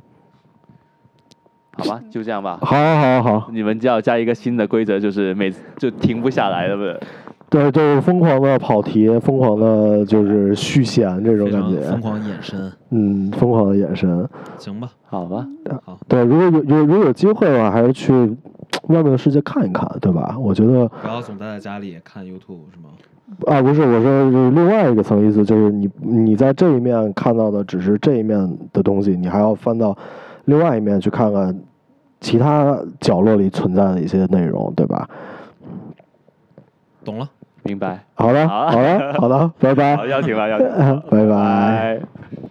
好吧，就这样吧。 好，好，好，好。 你们就要加一个新的规则，就是每次就停不下来了，不是？ 对，就是疯狂的跑题，疯狂的就是续弦这种感觉， 疯狂延伸， 嗯，疯狂的延伸。 行吧， 好吧， 好。 对，如果有有如果有机会的话，还是去外面的世界看一看，对吧？我觉得不要总待在家里看 YouTube 是吗？ 啊，不是，我说就是另外一个层意思，就是你你在这一面看到的只是这一面的东西，你还要翻到另外一面去看看其他角落里存在的一些内容，对吧？ 懂了。 明白。 好的，好的，好的，拜拜。 好，要停了，要停了， 拜拜。